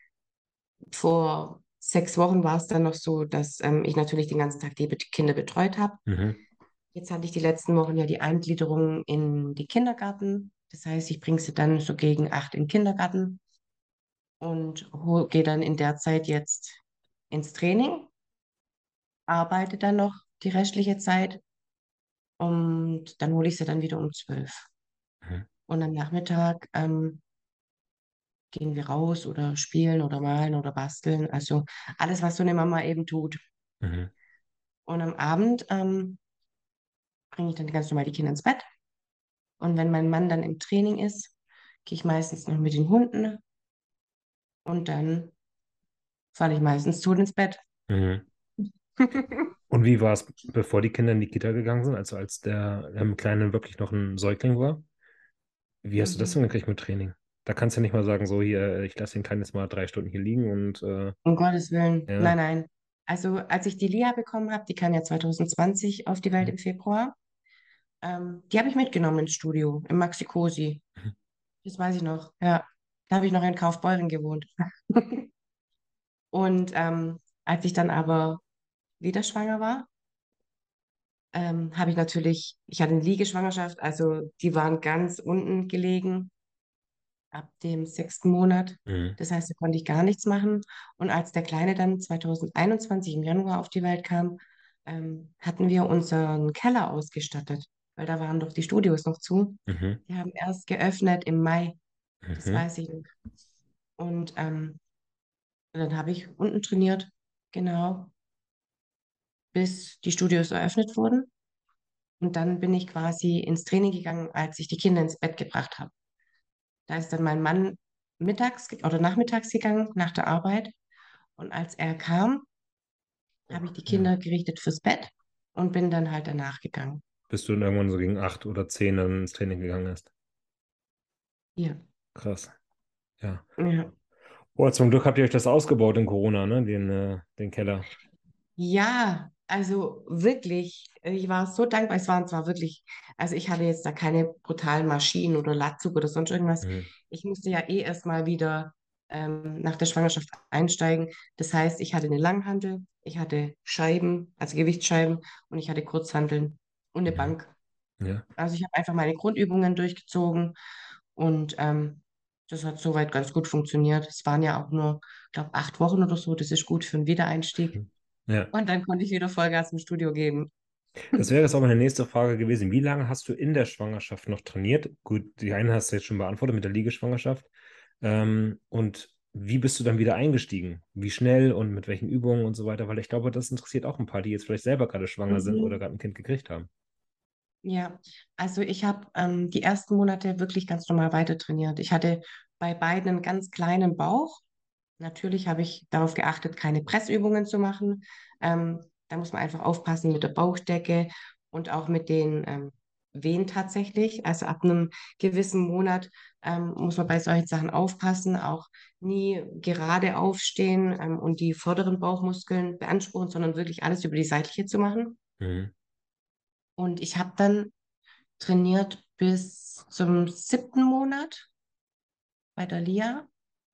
Vor sechs Wochen war es dann noch so, dass ähm, ich natürlich den ganzen Tag die Bet- Kinder betreut habe. Mhm. Jetzt hatte ich die letzten Wochen ja die Eingliederung in die Kindergarten. Das heißt, ich bringe sie dann so gegen acht in den Kindergarten und gehe dann in der Zeit jetzt ins Training, arbeite dann noch die restliche Zeit und dann hole ich sie dann wieder um zwölf. Mhm. Und am Nachmittag ähm, gehen wir raus oder spielen oder malen oder basteln. Also alles, was so eine Mama eben tut. Mhm. Und am Abend ähm, bringe ich dann ganz normal die Kinder ins Bett. Und wenn mein Mann dann im Training ist, gehe ich meistens noch mit den Hunden und dann falle ich meistens tot ins Bett. Mhm. Und wie war es, bevor die Kinder in die Kita gegangen sind, also als der ähm, Kleine wirklich noch ein Säugling war? Wie hast du das Mhm. denn gekriegt mit Training? Da kannst du ja nicht mal sagen, so hier, äh, ich lasse den Kleinen jetzt mal drei Stunden hier liegen und äh, Um Gottes Willen. Nein, ja. nein. Also als ich die Lia bekommen habe, die kam ja zwanzig zwanzig auf die Welt Mhm. im Februar, ähm, die habe ich mitgenommen ins Studio, im Maxi Cosi. Mhm. Das weiß ich noch, ja. Da habe ich noch in Kaufbeuren gewohnt. Und ähm, als ich dann aber wieder schwanger war, ähm, habe ich natürlich, ich hatte eine Liegeschwangerschaft, also die waren ganz unten gelegen ab dem sechsten Monat. Mhm. Das heißt, da konnte ich gar nichts machen. Und als der Kleine dann zwanzig einundzwanzig im Januar auf die Welt kam, ähm, hatten wir unseren Keller ausgestattet, weil da waren doch die Studios noch zu. Mhm. Die haben erst geöffnet im Mai, das Mhm. weiß ich noch. Und ähm, dann habe ich unten trainiert, genau, bis die Studios eröffnet wurden. Und dann bin ich quasi ins Training gegangen, als ich die Kinder ins Bett gebracht habe. Da ist dann mein Mann mittags ge- oder nachmittags gegangen, nach der Arbeit. Und als er kam, habe ich die Ja. Kinder gerichtet fürs Bett und bin dann halt danach gegangen. Bis du dann irgendwann so gegen acht oder zehn dann ins Training gegangen bist. Ja, Krass. Ja. ja. Oh, zum Glück habt ihr euch das ausgebaut in Corona, ne? Den, äh, den Keller. Ja, also wirklich, ich war so dankbar. Es waren zwar wirklich, also ich hatte jetzt da keine brutalen Maschinen oder Latzug oder sonst irgendwas. Mhm. Ich musste ja eh erstmal wieder ähm, nach der Schwangerschaft einsteigen. Das heißt, ich hatte eine Langhantel, ich hatte Scheiben, also Gewichtsscheiben und ich hatte Kurzhanteln und eine Mhm. Bank. Ja. Also ich habe einfach meine Grundübungen durchgezogen und ähm, das hat soweit ganz gut funktioniert. Es waren ja auch nur, ich glaube, acht Wochen oder so. Das ist gut für einen Wiedereinstieg. Ja. Und dann konnte ich wieder Vollgas im Studio geben. Das wäre jetzt auch meine nächste Frage gewesen. Wie lange hast du in der Schwangerschaft noch trainiert? Gut, die eine hast du jetzt schon beantwortet mit der Liegeschwangerschaft. Ähm, und wie bist du dann wieder eingestiegen? Wie schnell und mit welchen Übungen und so weiter? Weil ich glaube, das interessiert auch ein paar, die jetzt vielleicht selber gerade schwanger sind oder Mhm. gerade ein Kind gekriegt haben. Ja, also ich habe ähm, die ersten Monate wirklich ganz normal weiter trainiert. Ich hatte bei beiden einen ganz kleinen Bauch. Natürlich habe ich darauf geachtet, keine Pressübungen zu machen. Ähm, da muss man einfach aufpassen mit der Bauchdecke und auch mit den ähm, Wehen tatsächlich. Also ab einem gewissen Monat ähm, muss man bei solchen Sachen aufpassen, auch nie gerade aufstehen ähm, und die vorderen Bauchmuskeln beanspruchen, sondern wirklich alles über die seitliche zu machen. Mhm. Und ich habe dann trainiert bis zum siebten Monat bei der Lia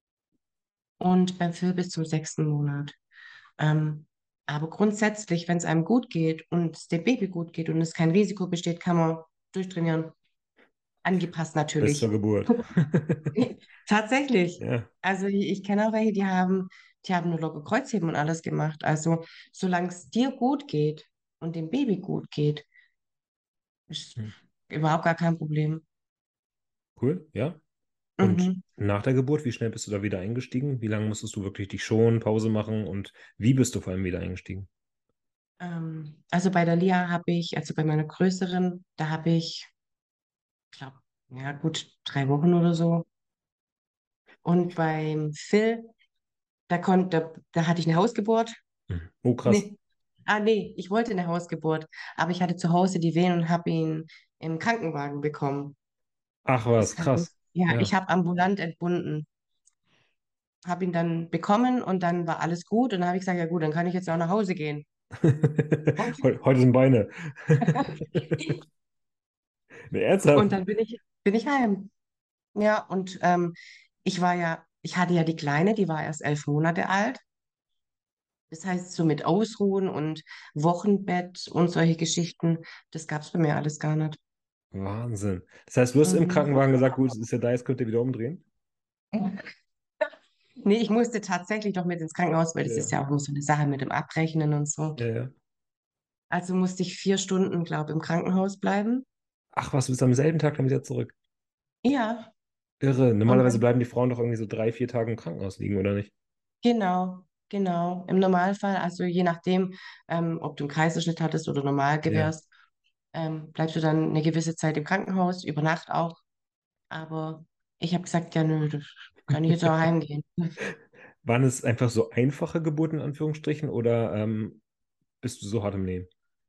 und beim Phil bis zum sechsten Monat. Ähm, aber grundsätzlich, wenn es einem gut geht und es dem Baby gut geht und es kein Risiko besteht, kann man durchtrainieren. Angepasst Bis zur natürlich. Geburt. Tatsächlich. Ja. Also ich, ich kenne auch welche, die haben, die haben nur locker Kreuzheben und alles gemacht. Also solange es dir gut geht und dem Baby gut geht, ist Hm. überhaupt gar kein Problem. Cool, ja. Und Mhm. nach der Geburt, wie schnell bist du da wieder eingestiegen? Wie lange musstest du wirklich dich schonen, Pause machen und wie bist du vor allem wieder eingestiegen? Ähm, also bei der Lia habe ich, also bei meiner größeren, da habe ich, ich glaube, ja gut, drei Wochen oder so. Und beim Phil, da konnte, da, da hatte ich eine Hausgeburt. Mhm. Oh, krass. Nee. Ah, nee, ich wollte eine Hausgeburt, aber ich hatte zu Hause die Wehen und habe ihn im Krankenwagen bekommen. Ach was, Das heißt, krass. ja, ich Ja. habe ambulant entbunden, habe ihn dann bekommen und dann war alles gut und dann habe ich gesagt, ja gut, dann kann ich jetzt auch nach Hause gehen. Und, Heu- Heute sind Beine. Ne, und ernsthaft? dann bin ich, bin ich heim. Ja, und ähm, ich war ja, ich hatte ja die Kleine, die war erst elf Monate alt. Das heißt, so mit Ausruhen und Wochenbett und solche Geschichten, das gab es bei mir alles gar nicht. Wahnsinn. Das heißt, du hast im Mhm. Krankenwagen gesagt, gut, es ist ja da, jetzt könnt ihr wieder umdrehen? Nee, ich musste tatsächlich noch mit ins Krankenhaus, weil das ist Ja, ja auch immer so eine Sache mit dem Abrechnen und so. ja, ja. Also musste ich vier Stunden, glaube ich, im Krankenhaus bleiben. Ach was, du bist am selben Tag dann wieder zurück. Ja, Irre. und Normalerweise dann, bleiben die Frauen doch irgendwie so drei, vier Tage im Krankenhaus liegen, oder nicht? genau, genau. Im Normalfall, also je nachdem, ähm, ob du einen Kaiserschnitt hattest oder normal Ja. gebärst, ähm, bleibst du dann eine gewisse Zeit im Krankenhaus, über Nacht auch. Aber ich habe gesagt, ja, nö, das kann ich jetzt auch heimgehen. Waren es einfach so einfache Geburten in Anführungsstrichen oder ähm, bist du so hart im Nehmen?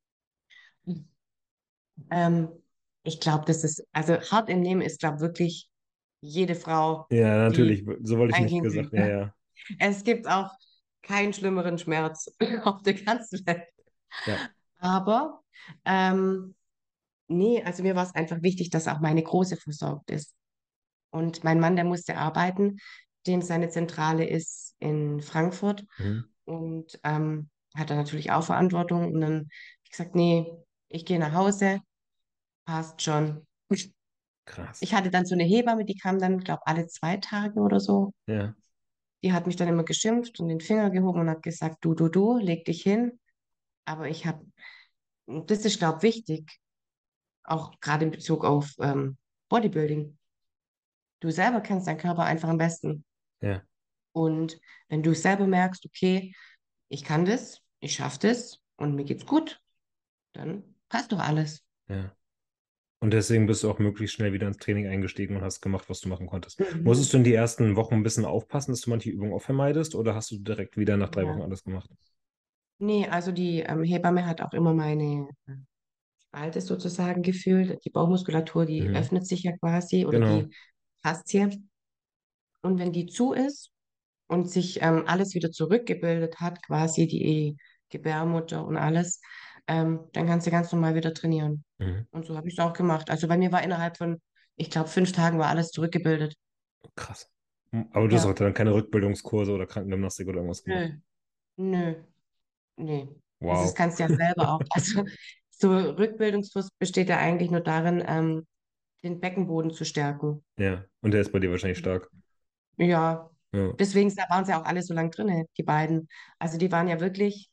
Ähm, ich glaube, das ist, also hart im Nehmen ist, glaube wirklich jede Frau, Ja, die natürlich. So wollte ich ein nicht Kind gesagt. kriegt. Ja, ja. Es gibt auch keinen schlimmeren Schmerz auf der ganzen Welt. Ja. Aber ähm, nee, also mir war es einfach wichtig, dass auch meine Große versorgt ist. Und mein Mann, der musste arbeiten, dem seine Zentrale ist in Frankfurt Mhm. und ähm, hat dann natürlich auch Verantwortung. Und dann hab ich gesagt, nee, ich gehe nach Hause, passt schon. Krass. Ich hatte dann so eine Hebamme, die kam dann, glaube alle zwei Tage oder so. Ja, Die hat mich dann immer geschimpft und den Finger gehoben und hat gesagt, du, du, du, leg dich hin. Aber ich habe, das ist, glaube ich, wichtig, auch gerade in Bezug auf ähm, Bodybuilding. Du selber kennst deinen Körper einfach am besten. ja, Und wenn du selber merkst, okay, ich kann das, ich schaffe das und mir geht's gut, dann passt doch alles. ja. Und deswegen bist du auch möglichst schnell wieder ins Training eingestiegen und hast gemacht, was du machen konntest. Musstest Mhm. du in die ersten Wochen ein bisschen aufpassen, dass du manche Übungen auch vermeidest, oder hast du direkt wieder nach drei Wochen Ja. alles gemacht? Nee, also die ähm, Hebamme hat auch immer meine äh, Spalte sozusagen gefühlt. Die Bauchmuskulatur, die Mhm. öffnet sich ja quasi oder Genau. die Faszie. Und wenn die zu ist und sich ähm, alles wieder zurückgebildet hat, quasi die Gebärmutter und alles, ähm, dann kannst du ganz normal wieder trainieren. Mhm. Und so habe ich es auch gemacht. Also bei mir war innerhalb von, ich glaube, fünf Tagen war alles zurückgebildet. Krass. Hm, Aber du hast auch Ja, dann keine Rückbildungskurse oder Krankengymnastik oder irgendwas nö, gemacht. nö, nee. Also das Wow. kannst du ja selber auch. Also so Rückbildungskurs besteht ja eigentlich nur darin, ähm, den Beckenboden zu stärken. Ja. Und der ist bei dir wahrscheinlich stark. Ja, Ja. deswegen waren sie auch alle so lang drin, die beiden. Also die waren ja wirklich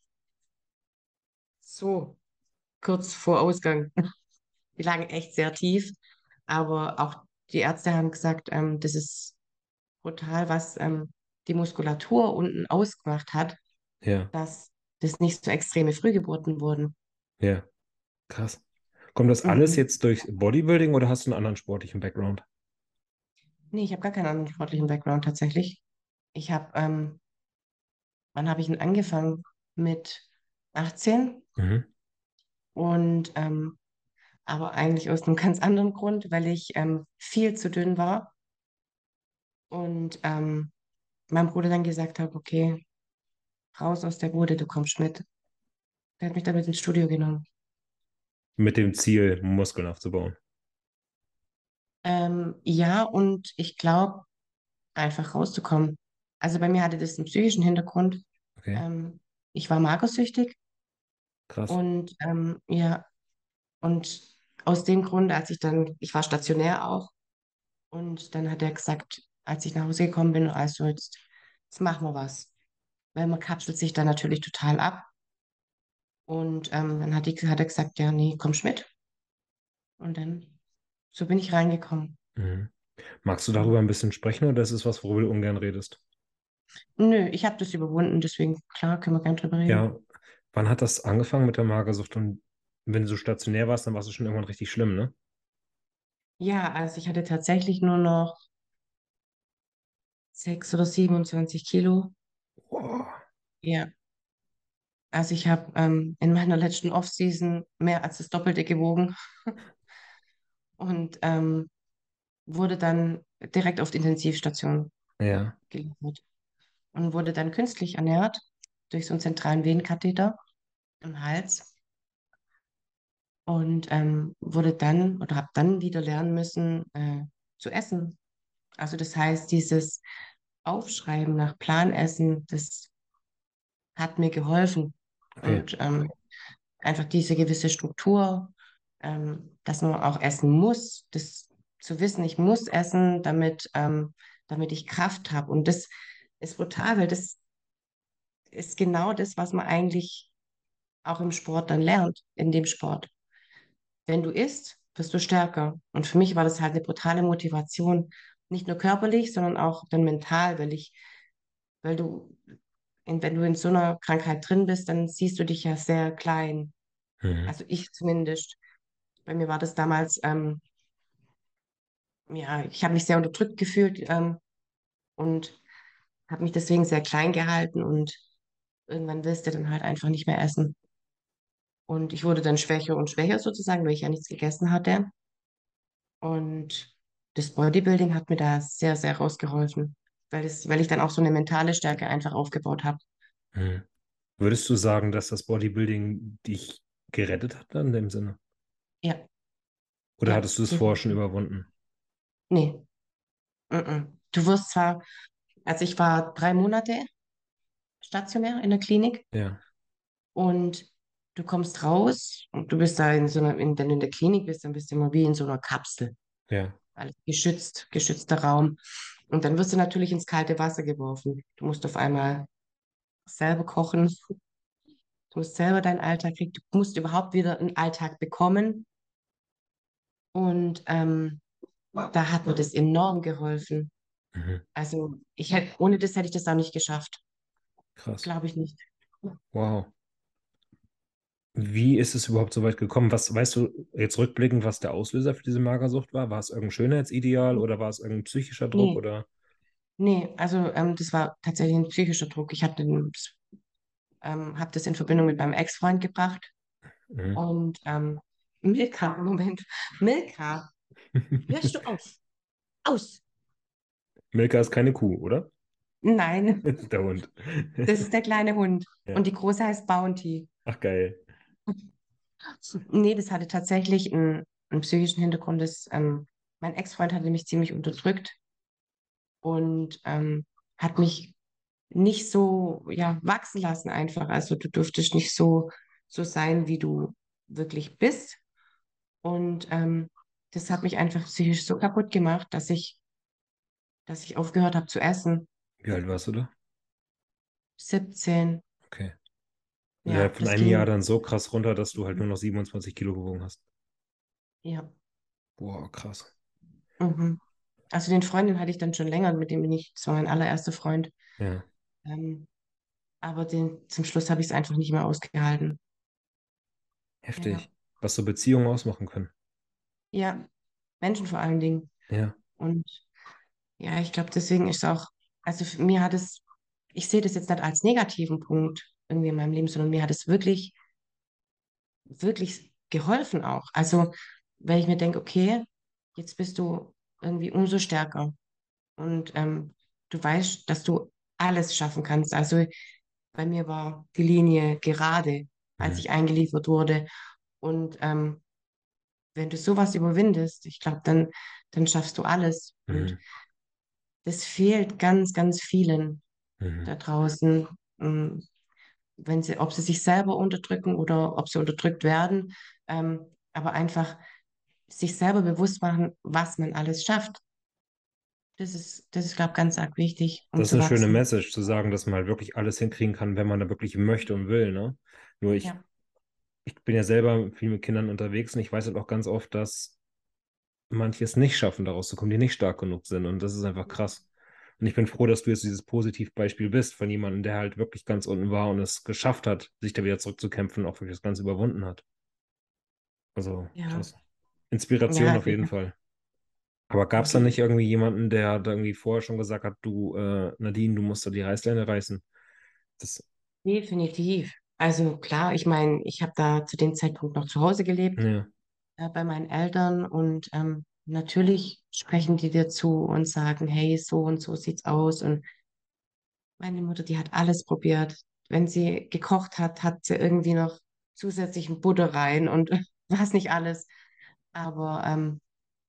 so kurz vor Ausgang. Die lagen echt sehr tief, aber auch die Ärzte haben gesagt, ähm, das ist brutal, was ähm, die Muskulatur unten ausgemacht hat, Ja. dass das nicht so extreme Frühgeburten wurden. Ja. Krass. Kommt das alles Mhm. jetzt durch Bodybuilding oder hast du einen anderen sportlichen Background? Nee, ich habe gar keinen anderen sportlichen Background tatsächlich. Ich habe, ähm, wann habe ich denn angefangen? Mit achtzehn Mhm. und ähm, aber eigentlich aus einem ganz anderen Grund, weil ich ähm, viel zu dünn war und ähm, mein Bruder dann gesagt hat, okay, raus aus der Bude, du kommst mit. Der hat mich damit ins Studio genommen. Mit dem Ziel, Muskeln aufzubauen. Ähm, ja, und ich glaube, einfach rauszukommen. Also bei mir hatte das einen psychischen Hintergrund. Okay. Ähm, ich war magersüchtig Krass. und ähm, ja, und aus dem Grund, als ich dann, ich war stationär auch, und dann hat er gesagt, als ich nach Hause gekommen bin, also jetzt, jetzt machen wir was. Weil man kapselt sich dann natürlich total ab. Und ähm, dann hat, die, hat er gesagt, ja, nee, kommst mit. Und dann, so bin ich reingekommen. Mhm. Magst du Ja. darüber ein bisschen sprechen oder ist es was, worüber du ungern redest? Nö, ich habe das überwunden, deswegen, klar, können wir gerne drüber reden. Ja. Wann hat das angefangen mit der Magersucht? Und wenn du so stationär warst, dann warst du schon irgendwann richtig schlimm, ne? Ja, also ich hatte tatsächlich nur noch sechs oder siebenundzwanzig Kilo. Boah. Ja, also ich habe ähm, in meiner letzten Off-Season mehr als das Doppelte gewogen und ähm, wurde dann direkt auf die Intensivstation Ja. geliefert und wurde dann künstlich ernährt durch so einen zentralen Venenkatheter im Hals und ähm, wurde dann oder habe dann wieder lernen müssen äh, zu essen. Also das heißt, dieses Aufschreiben nach Planessen, das hat mir geholfen. Okay. Und ähm, einfach diese gewisse Struktur, ähm, dass man auch essen muss, das zu wissen, ich muss essen, damit, ähm, damit ich Kraft habe. Und das ist brutal, weil das ist genau das, was man eigentlich auch im Sport dann lernt, in dem Sport. Wenn du isst, wirst du stärker. Und für mich war das halt eine brutale Motivation, nicht nur körperlich, sondern auch dann mental, weil ich, weil du, in, wenn du in so einer Krankheit drin bist, dann siehst du dich ja sehr klein. Mhm. Also ich zumindest. Bei mir war das damals, ähm, ja, ich habe mich sehr unterdrückt gefühlt ähm, und habe mich deswegen sehr klein gehalten und irgendwann willst du dann halt einfach nicht mehr essen. Und ich wurde dann schwächer und schwächer sozusagen, weil ich ja nichts gegessen hatte. Und das Bodybuilding hat mir da sehr, sehr rausgeholfen, weil es, weil ich dann auch so eine mentale Stärke einfach aufgebaut habe. Mhm. Würdest du sagen, dass das Bodybuilding dich gerettet hat dann in dem Sinne? Ja, Oder ja, hattest du es vorher schon definitiv. überwunden? Nee, mm. Du wirst zwar, also ich war drei Monate stationär in der Klinik Ja, und du kommst raus und du bist da in so einer, in, wenn du in der Klinik bist, dann bist du immer wie in so einer Kapsel. ja. Alles geschützt, geschützter Raum. Und dann wirst du natürlich ins kalte Wasser geworfen. Du musst auf einmal selber kochen, du musst selber deinen Alltag kriegen, du musst überhaupt wieder einen Alltag bekommen. Und ähm, da hat mir das enorm geholfen. Mhm. Also ich hätte, ohne das hätte ich das auch nicht geschafft. Krass. Glaube ich nicht. Wow. Wie ist es überhaupt so weit gekommen? Was weißt du jetzt rückblickend, was der Auslöser für diese Magersucht war? War es irgendein Schönheitsideal oder war es irgendein psychischer Druck Nee, oder? nee, also ähm, das war tatsächlich ein psychischer Druck. Ich habe den, ähm, hab das in Verbindung mit meinem Ex-Freund gebracht. Mhm. Und ähm, Milka, Moment, Milka, hörst du auf? Aus! Milka ist keine Kuh, oder? Nein, Das ist der Hund. das ist der kleine Hund. Ja. Und die große heißt Bounty. Ach, geil. Nee, das hatte tatsächlich einen, einen psychischen Hintergrund. Das, ähm, mein Ex-Freund hatte mich ziemlich unterdrückt und ähm, hat mich nicht so ja, wachsen lassen einfach. Also du durftest nicht so, so sein, wie du wirklich bist. Und ähm, das hat mich einfach psychisch so kaputt gemacht, dass ich, dass ich aufgehört habe zu essen. Wie alt warst du da? siebzehn, Okay. ja, Innerhalb von das einem Jahr ging. dann so krass runter, dass du halt nur noch siebenundzwanzig Kilo gewogen hast. Ja. Boah, krass. Mhm. Also den Freund, den hatte ich dann schon länger, mit dem bin ich, das war mein allererster Freund. Ja, Ähm, aber den, zum Schluss habe ich es einfach nicht mehr ausgehalten. Ja. heftig. Was so Beziehungen ausmachen können. Ja, Menschen vor allen Dingen. Ja. Und ja, ich glaube, deswegen ist auch, also für mir hat es, ich sehe das jetzt nicht als negativen Punkt irgendwie in meinem Leben, sondern mir hat es wirklich, wirklich geholfen auch. Also, wenn ich mir denke, okay, jetzt bist du irgendwie umso stärker und ähm, du weißt, dass du alles schaffen kannst. Also, bei mir war die Linie gerade, als Mhm. ich eingeliefert wurde. Und ähm, wenn du sowas überwindest, ich glaube, dann, dann schaffst du alles. Und Mhm. das fehlt ganz, ganz vielen Mhm. da draußen, ähm, wenn sie, ob sie sich selber unterdrücken oder ob sie unterdrückt werden, ähm, aber einfach sich selber bewusst machen, was man alles schafft. Das ist, das ist, glaube ich, ganz arg wichtig, um Das ist zu eine schöne wachsen. Message, zu sagen, dass man halt wirklich alles hinkriegen kann, wenn man da wirklich möchte und will, ne? Nur ich, Ja, ich bin ja selber viel mit Kindern unterwegs und ich weiß halt auch ganz oft, dass manche es nicht schaffen, daraus zu kommen, die nicht stark genug sind. Und das ist einfach krass. Und ich bin froh, dass du jetzt dieses Positivbeispiel bist von jemandem, der halt wirklich ganz unten war und es geschafft hat, sich da wieder zurückzukämpfen und auch wirklich das Ganze überwunden hat. Also ja, krass. Inspiration ja, auf jeden Fall. Aber gab es da de nicht irgendwie jemanden, der da irgendwie vorher schon gesagt hat, du, äh, Nadine, du musst da die Reißleine reißen? Das, definitiv. Also klar, ich meine, ich habe da zu dem Zeitpunkt noch zu Hause gelebt, ja. äh, bei meinen Eltern und ähm, natürlich sprechen die dir zu und sagen, hey, so und so sieht's aus. Und meine Mutter, die hat alles probiert. Wenn sie gekocht hat, hat sie irgendwie noch zusätzlichen Butter rein und was nicht alles. Aber ähm,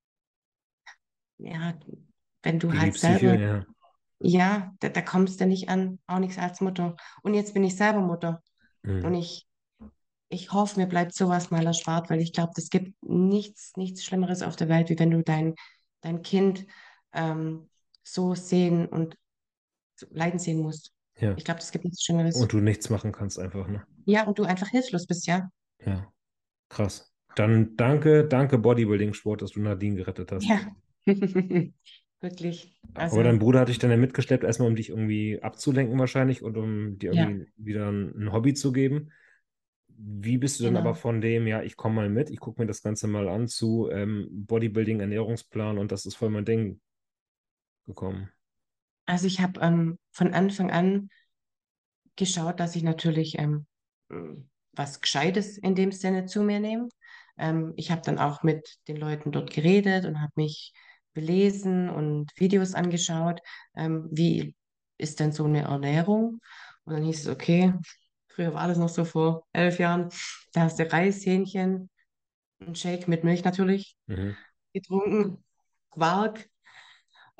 ja, wenn du Gegen die halt Psyche, selber, ja. ja, da, da kommst du nicht an, auch nichts als Mutter. Und jetzt bin ich selber Mutter. Und Mhm. ich, ich hoffe, mir bleibt sowas mal erspart, weil ich glaube, es gibt nichts, nichts Schlimmeres auf der Welt, wie wenn du dein, dein Kind ähm, so sehen und so leiden sehen musst. Ja. Ich glaube, es gibt nichts Schlimmeres. Und du nichts machen kannst einfach, ne? Ja, und du einfach hilflos bist, ja. Ja. Krass. Dann danke, danke Bodybuilding-Sport, dass du Nadine gerettet hast. Ja. Wirklich. Aber dein Also, Bruder hat dich dann ja mitgeschleppt, erstmal um dich irgendwie abzulenken wahrscheinlich und um dir ja, irgendwie wieder ein, ein Hobby zu geben. Wie bist du dann aber genau. von dem, ja, ich komme mal mit, ich gucke mir das Ganze mal an, zu ähm, Bodybuilding, Ernährungsplan und das ist voll mein Ding gekommen? Also ich habe ähm, von Anfang an geschaut, dass ich natürlich ähm, m, was Gescheites in dem Sinne zu mir nehme. Ähm, ich habe dann auch mit den Leuten dort geredet und habe mich belesen und Videos angeschaut. Ähm, wie ist denn so eine Ernährung? Und dann hieß es, okay, früher war das noch so vor elf Jahren, da hast du Reis, Hähnchen, einen Shake mit Milch natürlich Mhm. getrunken, Quark.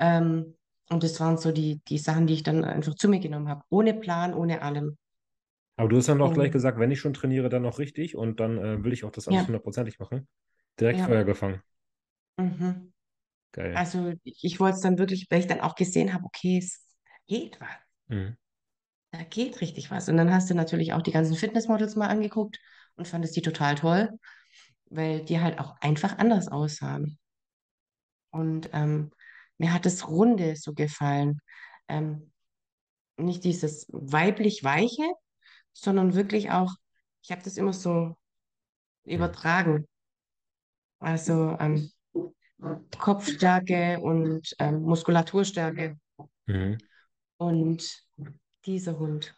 Ähm, und das waren so die, die Sachen, die ich dann einfach zu mir genommen habe. Ohne Plan, ohne allem. Aber du hast dann auch gleich Und gesagt, wenn ich schon trainiere, dann auch richtig und dann äh, will ich auch das alles ja, hundertprozentig machen. Direkt ja. Feuer gefangen. Mhm. Geil. Also ich, ich wollte es dann wirklich, weil ich dann auch gesehen habe, okay, es geht was. Mhm. Da geht richtig was. Und dann hast du natürlich auch die ganzen Fitnessmodels mal angeguckt und fandest die total toll, weil die halt auch einfach anders aussahen. Und ähm, mir hat das Runde so gefallen. Ähm, nicht dieses weiblich Weiche, sondern wirklich auch, ich habe das immer so Mhm. übertragen. Also ähm, Kopfstärke und ähm, Muskulaturstärke. Mhm. Und dieser Hund.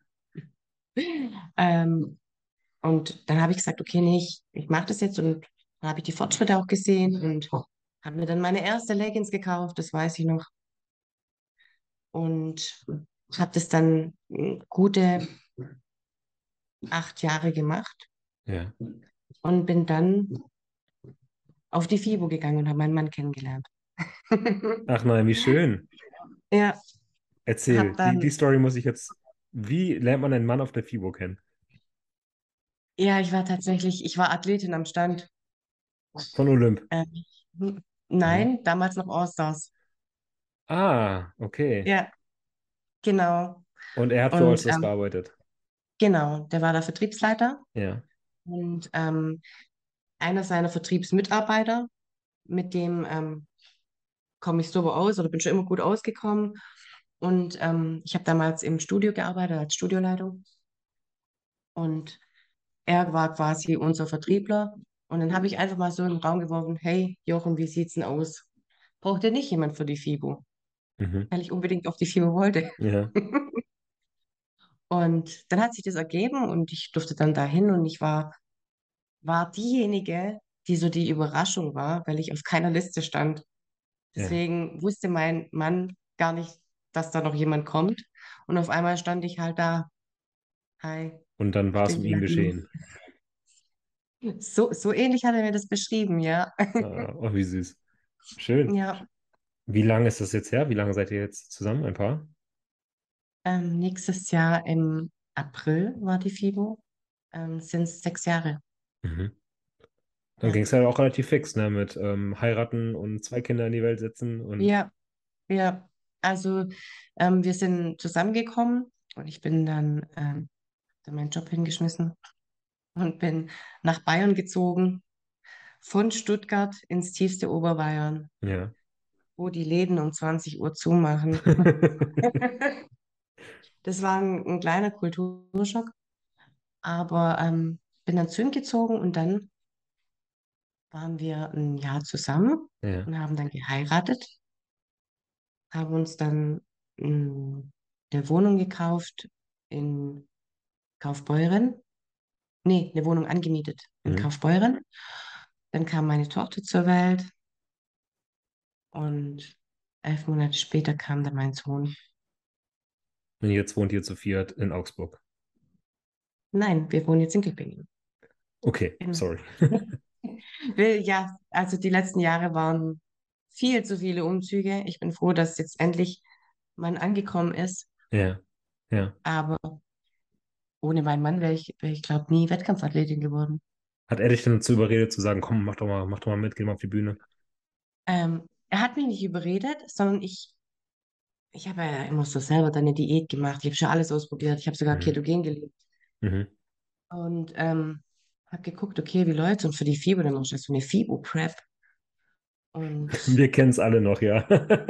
Ähm, und dann habe ich gesagt, okay, nee, ich, ich mache das jetzt und dann habe ich die Fortschritte auch gesehen und habe mir dann meine erste Leggings gekauft, das weiß ich noch. Und habe das dann äh, gute acht Jahre gemacht Ja. und bin dann auf die FIBO gegangen und habe meinen Mann kennengelernt. Ach nein, wie schön. Ja, habe Erzähl, die, die dann, Story muss ich jetzt. Wie lernt man einen Mann auf der FIBO kennen? ja, ich war tatsächlich, ich war Athletin am Stand. Von Olymp. Ähm, Mhm. nein, damals noch Allstars. Ah, okay. Ja, genau. Und er hat für Und Allstars ähm, gearbeitet. genau, der war der Vertriebsleiter Ja. und ähm, einer seiner Vertriebsmitarbeiter, mit dem ähm, komme ich super aus oder bin schon immer gut ausgekommen. Und ähm, ich habe damals im Studio gearbeitet als Studioleitung und er war quasi unser Vertriebler. Und dann habe ich einfach mal so in den Raum geworfen, hey Jochen, wie sieht's denn aus? Braucht ihr nicht jemand für die FIBO? Mhm. Weil ich unbedingt auf die FIBO wollte. Ja. Und dann hat sich das ergeben und ich durfte dann dahin und ich war, war diejenige, die so die Überraschung war, weil ich auf keiner Liste stand. Ja. Deswegen wusste mein Mann gar nicht, dass da noch jemand kommt. Und auf einmal stand ich halt da. Hi, Und dann ich war es bin um die ihn Nadine. geschehen. So, so ähnlich hat er mir das beschrieben, ja. Ah, oh, wie süß. Schön. Ja, Wie lange ist das jetzt her? Wie lange seid ihr jetzt zusammen? Ein Paar? ähm, nächstes Jahr im April war die FIBO. Ähm, sind es sechs Jahre. Mhm. Dann ging Ja, es halt auch relativ fix, ne? Mit ähm, heiraten und zwei Kinder in die Welt setzen und ja, ja. Also ähm, wir sind zusammengekommen und ich bin dann, ähm, dann meinen Job hingeschmissen und bin nach Bayern gezogen, von Stuttgart ins tiefste Oberbayern, ja. wo die Läden um zwanzig Uhr zumachen. Das war ein, ein kleiner Kulturschock, aber ähm, bin dann zu ihm gezogen und dann waren wir ein Jahr zusammen Ja. und haben dann geheiratet, haben uns dann mh, eine Wohnung gekauft in Kaufbeuren. Nee, eine Wohnung angemietet in Mhm. Kaufbeuren. Dann kam meine Tochter zur Welt und elf Monate später kam dann mein Sohn. Und jetzt wohnt ihr zu viert in Augsburg. Nein, wir wohnen jetzt in Göppingen. Okay, Genau. sorry. Will- Ja, also die letzten Jahre waren viel zu viele Umzüge. Ich bin froh, dass jetzt endlich man angekommen ist. Ja. Ja. Aber ohne meinen Mann wäre ich, wär ich glaube, nie Wettkampfathletin geworden. Hat er dich denn dazu überredet zu sagen, komm, mach doch mal, mach doch mal mit, geh mal auf die Bühne? Ähm, er hat mich nicht überredet, sondern ich, ich habe ja immer so selber dann eine Diät gemacht. Ich habe schon alles ausprobiert. Ich habe sogar Mhm. ketogen gelebt. Mhm. Und ähm, habe geguckt, okay, wie läuft's? Und für die FIBO, dann machst du so eine FIBO-Prep. Und Wir kennen es alle noch, ja.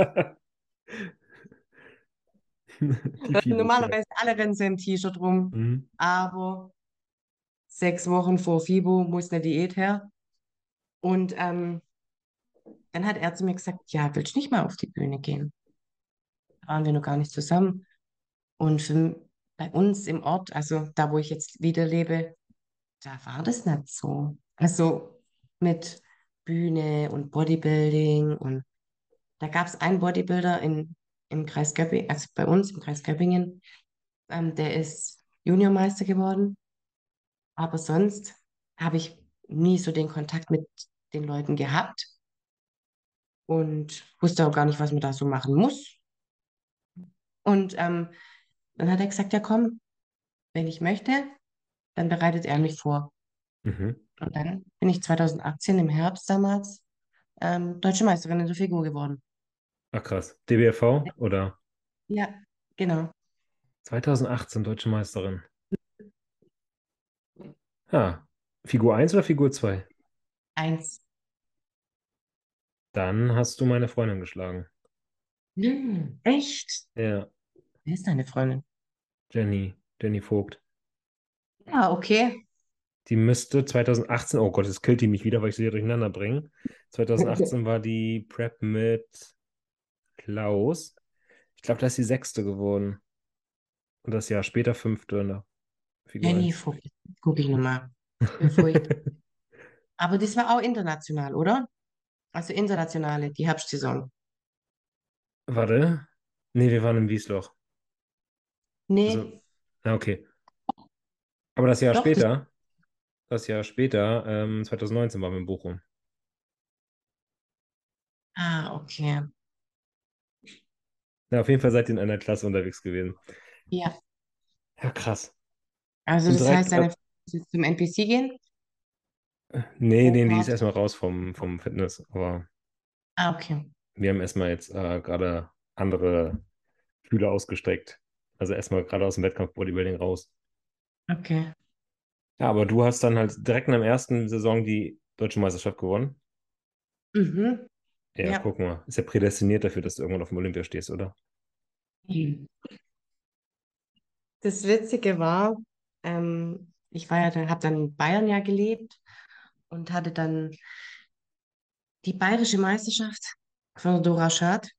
Die FIBO-Prep. normalerweise alle rennen so im T-Shirt rum. Mhm. Aber sechs Wochen vor FIBO muss eine Diät her. Und ähm, dann hat er zu mir gesagt, ja, willst du nicht mal auf die Bühne gehen? Da waren wir noch gar nicht zusammen. Und für, bei uns im Ort, also da, wo ich jetzt wieder lebe, da war das nicht so. Also mit Bühne und Bodybuilding und da gab es einen Bodybuilder in, im Kreis Göppingen, also bei uns im Kreis Göppingen, ähm, der ist Juniormeister geworden. Aber sonst habe ich nie so den Kontakt mit den Leuten gehabt. und wusste auch gar nicht, was man da so machen muss. Und ähm, dann hat er gesagt, ja komm, wenn ich möchte, dann bereitet er mich vor. Mhm. Und dann bin ich zwanzig achtzehn im Herbst damals ähm, Deutsche Meisterin in der Figur geworden. Ach krass. D B F V oder Ja, genau. zwanzig achtzehn Deutsche Meisterin. Ah, Figur eins oder Figur zwei? Eins. Dann hast du meine Freundin geschlagen. Hm, echt? Ja, Wer ist deine Freundin? Jenny, Jenny Vogt. Ah, okay. Die müsste zwanzig achtzehn, oh Gott, jetzt killt die mich wieder, weil ich sie hier durcheinander bringe. zwanzig achtzehn war die Prep mit Klaus. Ich glaube, da ist sie Sechste geworden. Und das Jahr später Fünfte in der Figur Jenny eins. Vogt. Gucke ich nochmal, bevor ich. Aber das war auch international, oder? Also internationale, die Herbstsaison. Warte. Nee, wir waren im Wiesloch. Also, Nee, na okay. Aber das Jahr doch, das. später, das Jahr später, ähm, zwanzig neunzehn waren wir in Bochum. Ah, okay. Na, auf jeden Fall seid ihr in einer Klasse unterwegs gewesen. Ja. Ja, krass. Also Und das heißt, direkt, äh, deine Freundin muss jetzt zum N P C gehen? nee, Pro nee, die ist Card. erstmal raus vom, vom Fitness. Aber Ah, okay. wir haben erstmal jetzt äh, gerade andere Fühler ausgestreckt. Also erstmal gerade aus dem Wettkampf-Bodybuilding raus. Okay. Ja, aber du hast dann halt direkt in der ersten Saison die Deutsche Meisterschaft gewonnen. Mhm. Ja, Ja. guck mal. Ist ja prädestiniert dafür, dass du irgendwann auf dem Olympia stehst, oder? Mhm. Das Witzige war, ähm, ich war ja dann, habe dann in Bayern ja gelebt und hatte dann die bayerische Meisterschaft von Dora Schad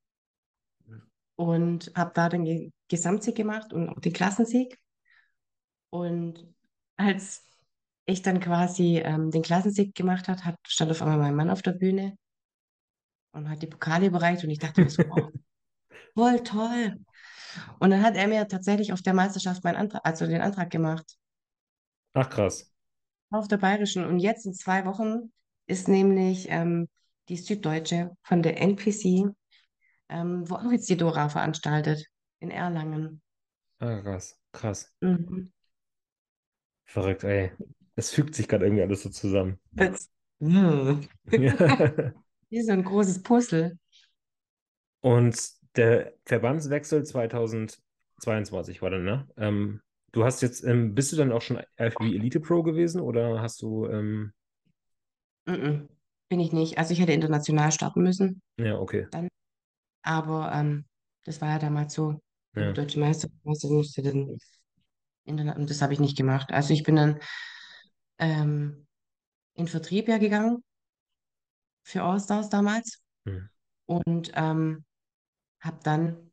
und habe da den Ge Gesamtsieg gemacht und auch den Klassensieg. Und als ich dann quasi ähm, den Klassensieg gemacht hat, hat, stand auf einmal mein Mann auf der Bühne und hat die Pokale überreicht und ich dachte mir so, oh, voll toll. Und dann hat er mir tatsächlich auf der Meisterschaft meinen Antrag, also den Antrag gemacht, Ach, krass. auf der Bayerischen. Und jetzt in zwei Wochen ist nämlich ähm, die Süddeutsche von der N P C, ähm, wo auch jetzt die Dora veranstaltet, in Erlangen. Ah, krass. Krass. Mhm. Verrückt, ey. Es fügt sich gerade irgendwie alles so zusammen. Das, mm. Ja. Wie so ein großes Puzzle. Und der Verbandswechsel zwanzig zweiundzwanzig war dann, ne? Ähm, du hast jetzt, ähm, bist du dann auch schon I F B B Elite Pro gewesen oder hast du, ähm, Mhm. Bin ich nicht. Also ich hätte international starten müssen ja, okay. dann. Aber ähm, das war ja damals so, wenn du Ja. Deutsche Meister warst, dann musst du dann Interna- und das habe ich nicht gemacht. Also ich bin dann ähm, in Vertrieb ja gegangen für Allstars damals Hm. und ähm, habe dann,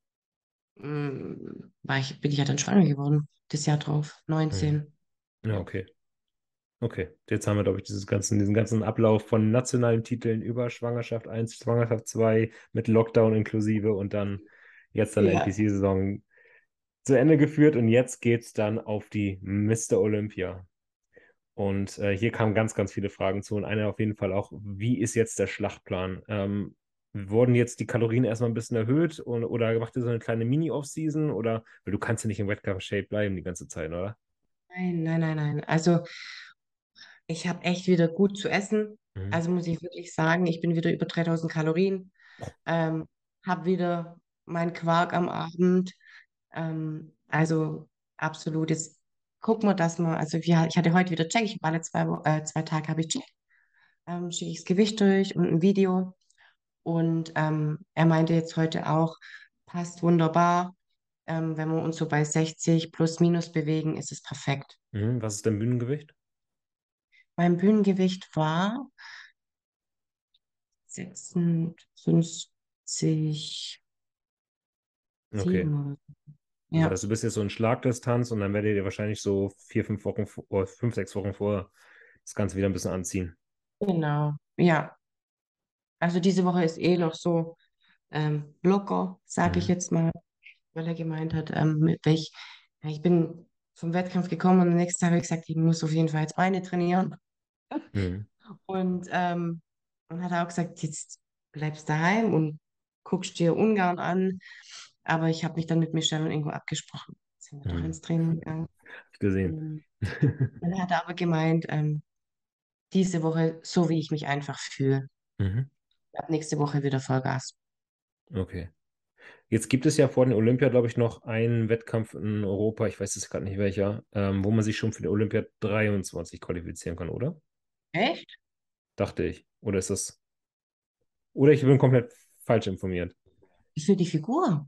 mh, war ich, bin ich ja dann schwanger geworden, das Jahr drauf, Hm. neunzehn. Ja, Ja, okay. Okay. Jetzt haben wir, glaube ich, dieses ganzen, diesen ganzen Ablauf von nationalen Titeln über Schwangerschaft eins, Schwangerschaft zwei mit Lockdown inklusive und dann jetzt dann ja, N P C-Saison zu Ende geführt und jetzt geht's dann auf die Mister Olympia. Und äh, hier kamen ganz, ganz viele Fragen zu und eine auf jeden Fall auch, wie ist jetzt der Schlachtplan? Ähm, wurden jetzt die Kalorien erstmal ein bisschen erhöht und, oder macht ihr so eine kleine Mini-Off-Season oder, weil du kannst ja nicht im Wettkampf-Shape bleiben die ganze Zeit, oder? nein, nein, nein, nein. Also ich habe echt wieder gut zu essen. Mhm. Also muss ich wirklich sagen, ich bin wieder über dreitausend Kalorien, ähm, habe wieder meinen Quark am Abend. Ähm, also absolut. Jetzt gucken wir, dass wir, also wir, ich hatte heute wieder Check, ich habe alle zwei, Wo- äh, zwei Tage habe ich Check, ähm, schicke ich das Gewicht durch und ein Video. Und ähm, er meinte jetzt heute auch, passt wunderbar. Ähm, wenn wir uns so bei sechzig plus minus bewegen, ist es perfekt. Mhm. Was ist dein Bühnengewicht? Mein Bühnengewicht war sechsundfünfzig, Okay. sieben oder so. Das Ja, heißt, du bist jetzt so in Schlagdistanz und dann werdet ihr wahrscheinlich so vier, fünf Wochen, vor- oder fünf, sechs Wochen vor das Ganze wieder ein bisschen anziehen. genau. Ja, also diese Woche ist eh noch so ähm, locker, sage ich Mhm. jetzt mal, weil er gemeint hat, ähm, mit welch, ja, ich bin vom Wettkampf gekommen und am nächsten Tag habe ich gesagt, ich muss auf jeden Fall jetzt Beine trainieren. Mhm. Und ähm, dann hat er auch gesagt, jetzt bleibst daheim und guckst dir Ungarn an. Aber ich habe mich dann mit Michelle und Ingo abgesprochen. Sind wir doch Mhm. ins Training gegangen. Hab ich gesehen. Und dann hat er aber gemeint, ähm, diese Woche, so wie ich mich einfach fühle. Mhm. Ab nächste Woche wieder Vollgas. Okay. Jetzt gibt es ja vor den Olympia, glaube ich, noch einen Wettkampf in Europa, ich weiß jetzt gerade nicht welcher, ähm, wo man sich schon für die Olympia dreiundzwanzig qualifizieren kann, oder? Echt? Dachte ich. Oder ist das. Oder ich bin komplett falsch informiert. Ich will die Figur.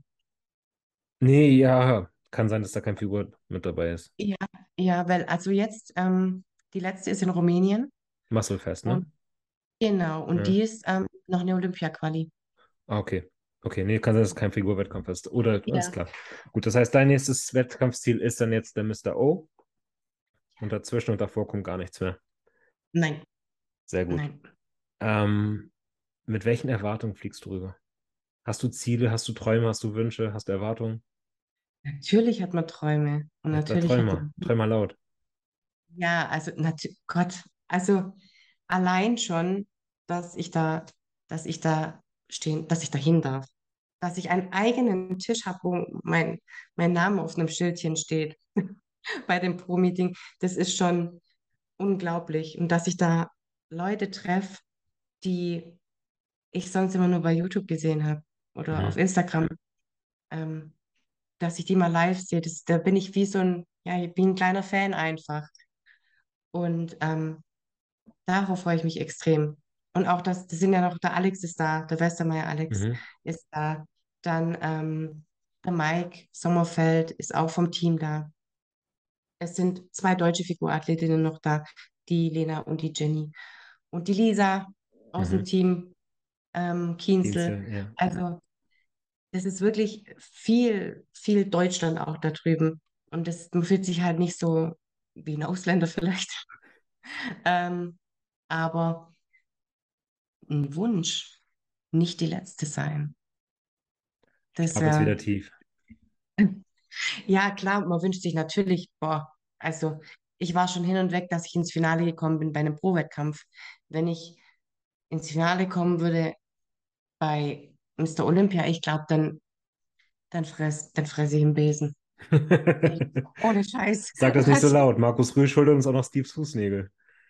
Nee, ja, kann sein, dass da kein Figur mit dabei ist. Ja, ja, weil also jetzt, ähm, die letzte ist in Rumänien Musclefest, ne? und genau, und Ja. die ist ähm, noch eine Olympia-Quali. Ah, okay. Okay, nee, kann sein, dass es kein Figurwettkampf ist. Oder, alles Ja. klar. Gut, das heißt, dein nächstes Wettkampfziel ist dann jetzt der Mister O und dazwischen und davor kommt gar nichts mehr. Nein, Sehr gut. nein. Ähm, mit welchen Erwartungen fliegst du rüber? Hast du Ziele, hast du Träume, hast du Wünsche, hast du Erwartungen? Natürlich hat man Träume und Ja, da natürlich träum hat mal, man, träum mal laut. ja, also natürlich, Gott, also allein schon, dass ich da, dass ich da stehen, dass ich da hin darf, dass ich einen eigenen Tisch habe, wo mein, mein Name auf einem Schildchen steht bei dem Pro-Meeting, das ist schon unglaublich. Und dass ich da Leute treffe, die ich sonst immer nur bei YouTube gesehen habe oder auf Mhm. Instagram, ähm, dass ich die mal live sehe, das, da bin ich wie so ein, ja, wie ein kleiner Fan einfach. Und ähm, darauf freue ich mich extrem. Und auch, dass, das sind ja noch, der Alex ist da, der Westermeier Alex Mhm. ist da. Dann ähm, der Mike Sommerfeld ist auch vom Team da. Es sind zwei deutsche Figurathletinnen noch da, die Lena und die Jenny. Und die Lisa aus dem Mhm. Team ähm, Kienzel. Dienste, ja. Also das ist wirklich viel, viel Deutschland auch da drüben. Und das, man fühlt sich halt nicht so wie ein Ausländer vielleicht. Ähm, aber ein Wunsch, nicht die Letzte sein. Ich Das habe jetzt wieder wäre, tief. ja klar, man wünscht sich natürlich, boah, also ich war schon hin und weg, dass ich ins Finale gekommen bin bei einem Pro-Wettkampf. Wenn ich ins Finale kommen würde bei Mister Olympia, ich glaube, dann, dann fress, dann fresse ich einen Besen. Echt. Ohne Scheiß. Sag das nicht so Also, laut. Markus Rühl schuldet uns auch noch Steves Fußnägel.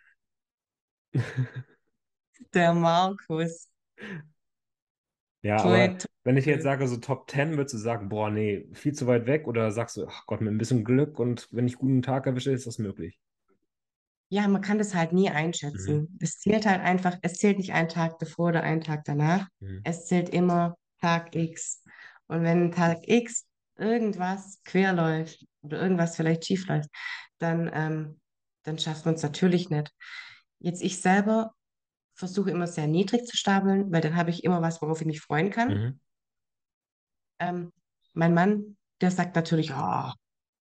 der Markus. Ja, aber Toi, wenn ich jetzt toi. sage, so Top Ten, würdest du sagen, boah, nee, viel zu weit weg? Oder sagst du, ach Gott, mit ein bisschen Glück und wenn ich guten Tag erwische, ist das möglich? Ja, man kann das halt nie Mhm. einschätzen. Es zählt halt einfach, es zählt nicht ein Tag davor oder ein Tag danach. Mhm. Es zählt immer Tag X. Und wenn Tag X irgendwas quer läuft oder irgendwas vielleicht schief läuft, dann, ähm, dann schafft man es natürlich nicht. Jetzt ich selber versuche immer sehr niedrig zu stapeln, weil dann habe ich immer was, worauf ich mich freuen kann. Mhm. Ähm, mein Mann, der sagt natürlich, ah,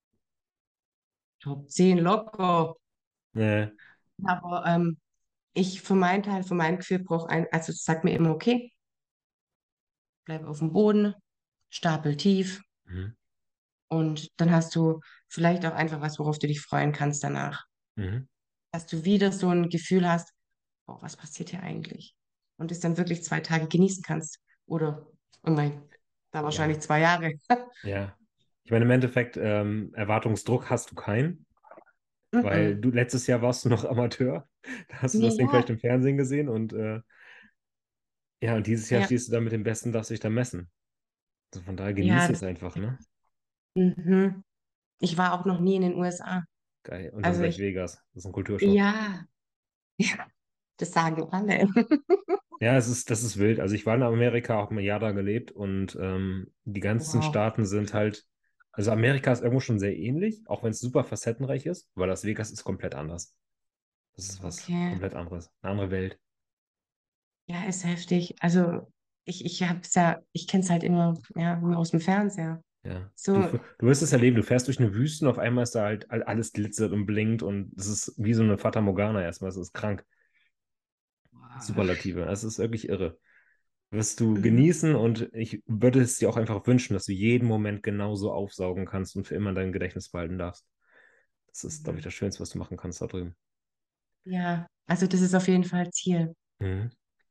Top zehn locker. Nee. Aber ähm, ich für meinen Teil, für mein Gefühl brauche ein, also sag mir immer, okay, bleib auf dem Boden, stapel tief Mhm. und dann hast du vielleicht auch einfach was, worauf du dich freuen kannst danach. Mhm. Dass du wieder so ein Gefühl hast, oh, was passiert hier eigentlich? Und es dann wirklich zwei Tage genießen kannst. Oder, oh mein, da wahrscheinlich Ja, zwei Jahre. ja. Ich meine, im Endeffekt, ähm, Erwartungsdruck hast du keinen, weil Mhm. du letztes Jahr warst du noch Amateur. Da hast du das Ding Ja, vielleicht im Fernsehen gesehen und äh, ja, und dieses Jahr ja, stehst du da mit dem Besten, darfst dich da messen. Also von daher ja, genieße es das, einfach, ne? mhm. Ich war auch noch nie in den U S A. Geil. Und dann Also gleich ich, Vegas. Das ist ein Kulturschock. ja, ja, das sagen alle. Ja, es ist, das ist wild. Also ich war in Amerika, auch mal ein Jahr da gelebt und ähm, die ganzen Wow, Staaten sind halt, also Amerika ist irgendwo schon sehr ähnlich, auch wenn es super facettenreich ist, weil Las Vegas ist komplett anders. Das ist was okay. komplett anderes, eine andere Welt. Ja, ist heftig. Also ich, ich hab's ja, ich kenne es halt immer, ja, nur aus dem Fernseher. Ja. Du, So, f- du wirst es erleben, du fährst durch eine Wüste und auf einmal ist da halt all- alles glitzert und blinkt und es ist wie so eine Fata Morgana erstmal, es ist krank. wow. Superlative. Es ist wirklich irre. Wirst du Mhm. genießen und ich würde es dir auch einfach wünschen, dass du jeden Moment genauso aufsaugen kannst und für immer in dein Gedächtnis behalten darfst. Das ist, glaube ich, Mhm. das Schönste, was du machen kannst da drüben. Ja, also das ist auf jeden Fall Ziel. Mhm.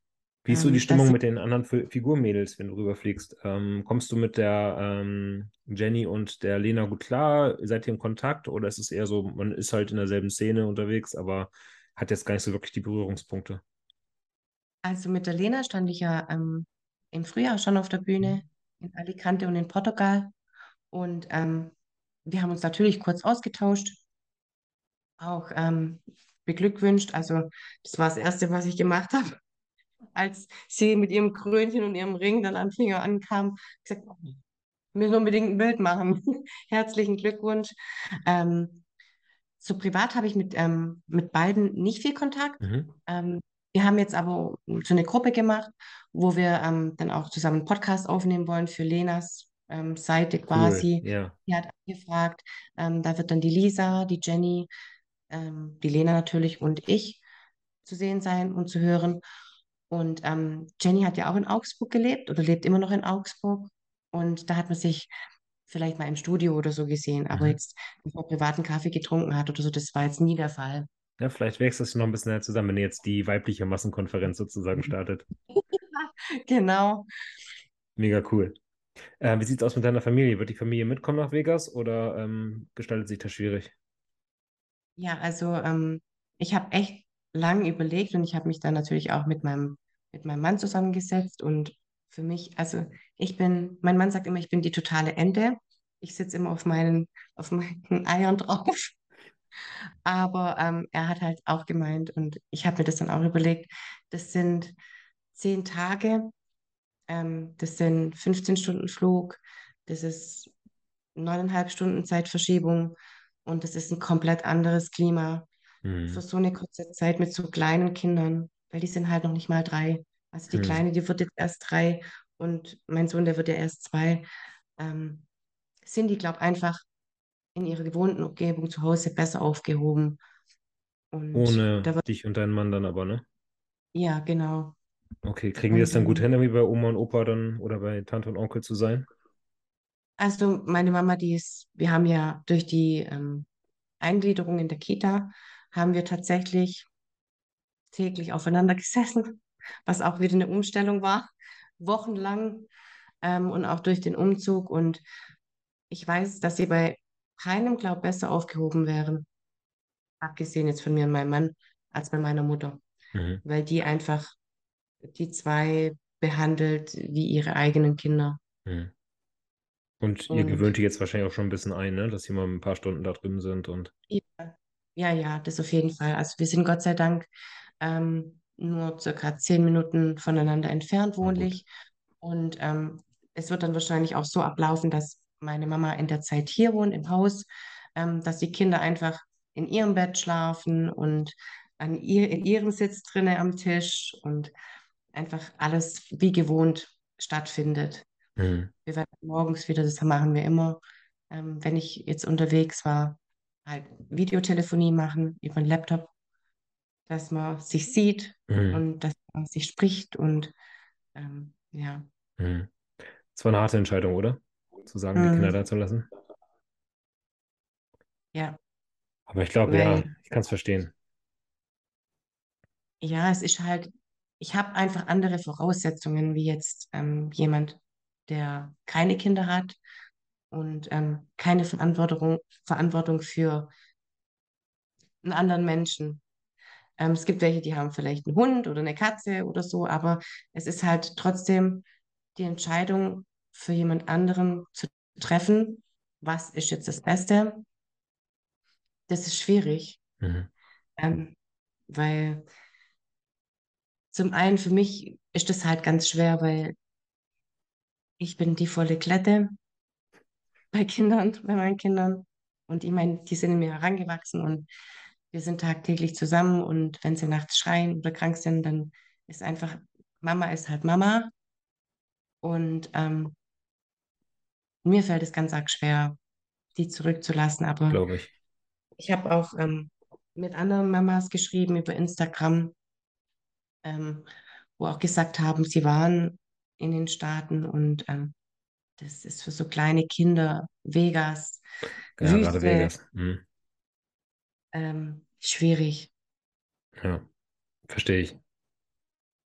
Wie ist so die Ähm, das Stimmung sind, mit den anderen Fi- Figurmädels, wenn du rüberfliegst? Ähm, kommst du mit der ähm, Jenny und der Lena gut klar? Seid ihr im Kontakt oder ist es eher so, man ist halt in derselben Szene unterwegs, aber hat jetzt gar nicht so wirklich die Berührungspunkte? also mit der Lena stand ich ja ähm, im Frühjahr schon auf der Bühne in Alicante und in Portugal. Und ähm, wir haben uns natürlich kurz ausgetauscht, auch ähm, beglückwünscht. Also das war das Erste, was ich gemacht habe, als sie mit ihrem Krönchen und ihrem Ring dann am Finger ankam. Ich gesagt, wir müssen unbedingt ein Bild machen. Herzlichen Glückwunsch. Ähm, so privat habe ich mit, ähm, mit beiden nicht viel Kontakt. Mhm. Ähm, wir haben jetzt aber so eine Gruppe gemacht, wo wir ähm, dann auch zusammen einen Podcast aufnehmen wollen für Lenas ähm, Seite Cool, quasi. ja. Die hat angefragt. Ähm, da wird dann die Lisa, die Jenny, ähm, die Lena natürlich und ich zu sehen sein und zu hören. Und ähm, Jenny hat ja auch in Augsburg gelebt oder lebt immer noch in Augsburg. Und da hat man sich vielleicht mal im Studio oder so gesehen, aber Mhm. jetzt, dass man privaten Kaffee getrunken hat oder so, das war jetzt nie der Fall. Ja, vielleicht wächst das noch ein bisschen näher zusammen, wenn ihr jetzt die weibliche Massenkonferenz sozusagen startet. Genau. Mega cool. Äh, wie sieht's aus mit deiner Familie? Wird die Familie mitkommen nach Vegas oder ähm, gestaltet sich das schwierig? Ja, also ähm, ich habe echt lang überlegt und ich habe mich dann natürlich auch mit meinem, mit meinem Mann zusammengesetzt und für mich, also ich bin, mein Mann sagt immer, ich bin die totale Ente. Ich sitze immer auf meinen, auf meinen Eiern drauf. Aber ähm, er hat halt auch gemeint und ich habe mir das dann auch überlegt, das sind zehn Tage, ähm, das sind fünfzehn Stunden Flug, das ist neuneinhalb Stunden Zeitverschiebung und das ist ein komplett anderes Klima für Mhm. so eine kurze Zeit mit so kleinen Kindern, weil die sind halt noch nicht mal drei. Also die Mhm. Kleine, die wird jetzt erst drei und mein Sohn, der wird ja erst zwei. Ähm, sind die, glaube ich, einfach in ihrer gewohnten Umgebung zu Hause besser aufgehoben. Und Ohne da wird, dich und deinen Mann dann aber, ne? ja, genau. Okay, kriegen die das Und dann gut ähm, hin, irgendwie bei Oma und Opa dann oder bei Tante und Onkel zu sein? also meine Mama, die ist, wir haben ja durch die ähm, Eingliederung in der Kita, haben wir tatsächlich täglich aufeinander gesessen, was auch wieder eine Umstellung war, wochenlang ähm, und auch durch den Umzug. Und ich weiß, dass sie bei keinem, glaube ich, besser aufgehoben wären, abgesehen jetzt von mir und meinem Mann, als bei meiner Mutter, Mhm. weil die einfach die zwei behandelt wie ihre eigenen Kinder. Mhm. Und ihr Und gewöhnt die jetzt wahrscheinlich auch schon ein bisschen ein, ne? Dass sie mal ein paar Stunden da drüben sind und. ja, ja, ja, das auf jeden Fall. Also wir sind Gott sei Dank ähm, nur circa zehn Minuten voneinander entfernt Na gut. wohnlich. Und ähm, es wird dann wahrscheinlich auch so ablaufen, dass meine Mama in der Zeit hier wohnt, im Haus, ähm, dass die Kinder einfach in ihrem Bett schlafen und an ihr, in ihrem Sitz drinne am Tisch und einfach alles wie gewohnt stattfindet. Mhm. Wir werden morgens wieder, das machen wir immer, ähm, wenn ich jetzt unterwegs war, halt Videotelefonie machen über den Laptop, dass man sich sieht Mhm. und dass man sich spricht und ähm, ja. Mhm. Das war eine harte Entscheidung, oder? Zu sagen, die Kinder Mhm. da zu lassen. Ja, Aber ich glaube, ja, weil ich kann es verstehen. ja, es ist halt, ich habe einfach andere Voraussetzungen wie jetzt ähm, jemand, der keine Kinder hat und ähm, keine Verantwortung, Verantwortung für einen anderen Menschen. Ähm, es gibt welche, die haben vielleicht einen Hund oder eine Katze oder so, aber es ist halt trotzdem die Entscheidung für jemand anderen zu treffen, was ist jetzt das Beste. Das ist schwierig, Mhm. ähm, weil zum einen für mich ist das halt ganz schwer, weil ich bin die volle Klette bei Kindern, bei meinen Kindern. Und ich meine, die sind in mir herangewachsen und wir sind tagtäglich zusammen. Und wenn sie nachts schreien oder krank sind, dann ist einfach, Mama ist halt Mama. Und ähm, mir fällt es ganz arg schwer, die zurückzulassen. Aber Glaube ich. ich habe auch ähm, mit anderen Mamas geschrieben über Instagram, ähm, wo auch gesagt haben, sie waren in den Staaten und ähm, das ist für so kleine Kinder, Vegas, Ja, gerade Wüste, Vegas. Mhm. ähm, schwierig. Ja, verstehe ich.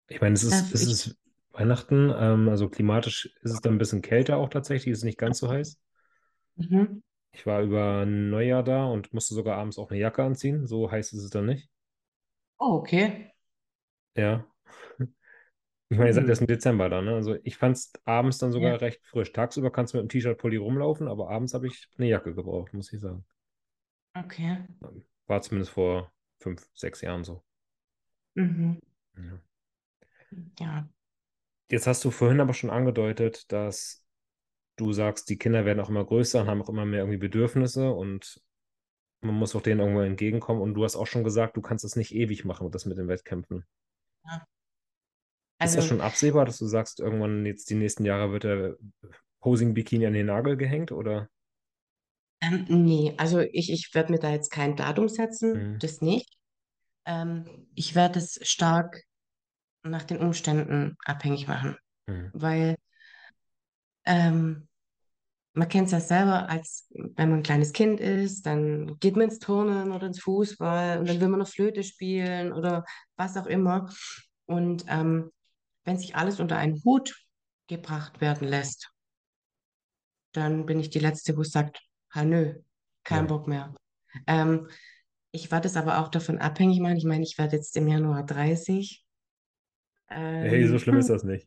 Ich meine, es ist, Darf es ich? ist Weihnachten, ähm, also klimatisch ist es dann ein bisschen kälter auch tatsächlich, ist nicht ganz so heiß. Mhm. Ich war über Neujahr da und musste sogar abends auch eine Jacke anziehen. So heiß ist es dann nicht. Oh, okay. Ja. Ich meine, ihr seid Hm. erst im Dezember da, ne? Also ich fand es abends dann Ja, sogar recht frisch. Tagsüber kannst du mit dem T-Shirt-Pulli rumlaufen, aber abends habe ich eine Jacke gebraucht, muss ich sagen. okay. War zumindest vor fünf, sechs Jahren so. Mhm. Ja. Ja. Jetzt hast du vorhin aber schon angedeutet, dass du sagst, die Kinder werden auch immer größer und haben auch immer mehr irgendwie Bedürfnisse und man muss auch denen irgendwo entgegenkommen. Und du hast auch schon gesagt, du kannst es nicht ewig machen, das mit den Wettkämpfen. Ja. Ist das Also, schon absehbar, dass du sagst, irgendwann jetzt die nächsten Jahre wird der Posing-Bikini an den Nagel gehängt, oder? ähm, nee, also ich, ich werde mir da jetzt kein Datum setzen, Mhm. das nicht. Ähm, ich werde es stark nach den Umständen abhängig machen, Mhm. weil ähm, man kennt es ja selber, als wenn man ein kleines Kind ist, dann geht man ins Turnen oder ins Fußball und dann will man noch Flöte spielen oder was auch immer. Und ähm, wenn sich alles unter einen Hut gebracht werden lässt, dann bin ich die Letzte, wo es sagt, ha nö, kein Ja. Bock mehr. Ähm, ich werde es aber auch davon abhängig machen. Ich meine, ich werde jetzt im Januar dreißig. Hey, so Ähm, schlimm ist das nicht.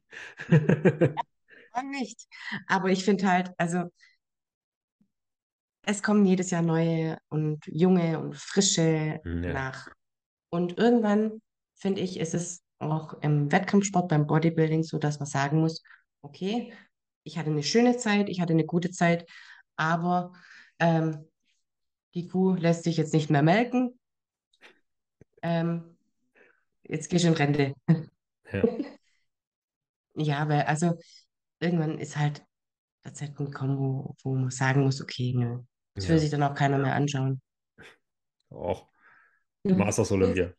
nicht. Aber ich finde halt, also es kommen jedes Jahr neue und junge und frische Ja. nach. Und irgendwann, finde ich, ist es auch im Wettkampfsport, beim Bodybuilding so, dass man sagen muss, okay, ich hatte eine schöne Zeit, ich hatte eine gute Zeit, aber ähm, die Kuh lässt sich jetzt nicht mehr melken. Ähm, jetzt gehst du in Rente. Ja. Ja, weil also irgendwann ist halt der Zeitpunkt gekommen, wo, wo man sagen muss, okay, nö, das will Ja. sich dann auch keiner mehr anschauen. Auch Masters Olympia.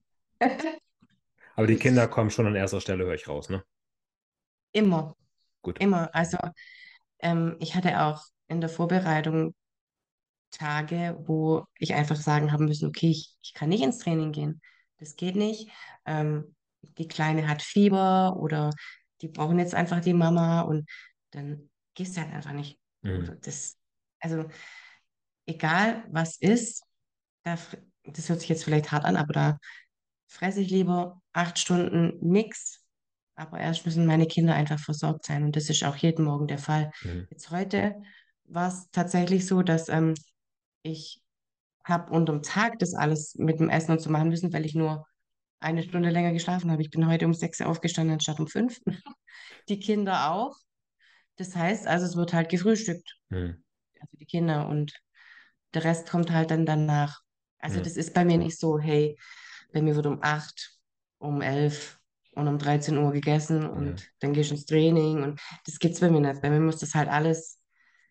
Aber die Kinder kommen schon an erster Stelle, höre ich raus, ne? Immer, Gut. immer. Also ähm, ich hatte auch in der Vorbereitung Tage, wo ich einfach sagen haben müssen, okay, ich, ich kann nicht ins Training gehen. Das geht nicht. Ähm, die Kleine hat Fieber oder die brauchen jetzt einfach die Mama und dann gehst du halt einfach nicht. Mhm. Oder das, also egal was ist, da, fr- das hört sich jetzt vielleicht hart an, aber da fresse ich lieber acht Stunden nix. Aber erst müssen meine Kinder einfach versorgt sein und das ist auch jeden Morgen der Fall. Mhm. Jetzt heute war es tatsächlich so, dass ähm, ich habe unterm Tag das alles mit dem Essen und so machen müssen, weil ich nur eine Stunde länger geschlafen habe. Ich bin heute um sechs Uhr aufgestanden anstatt um fünf. Die Kinder auch. Das heißt, also es wird halt gefrühstückt, Mhm. also die Kinder und der Rest kommt halt dann danach. Also Ja. das ist bei mir nicht so, hey, bei mir wird um acht, um elf und um dreizehn Uhr gegessen Ja. und dann gehst du ins Training und das gibt's bei mir nicht. Bei mir muss das halt alles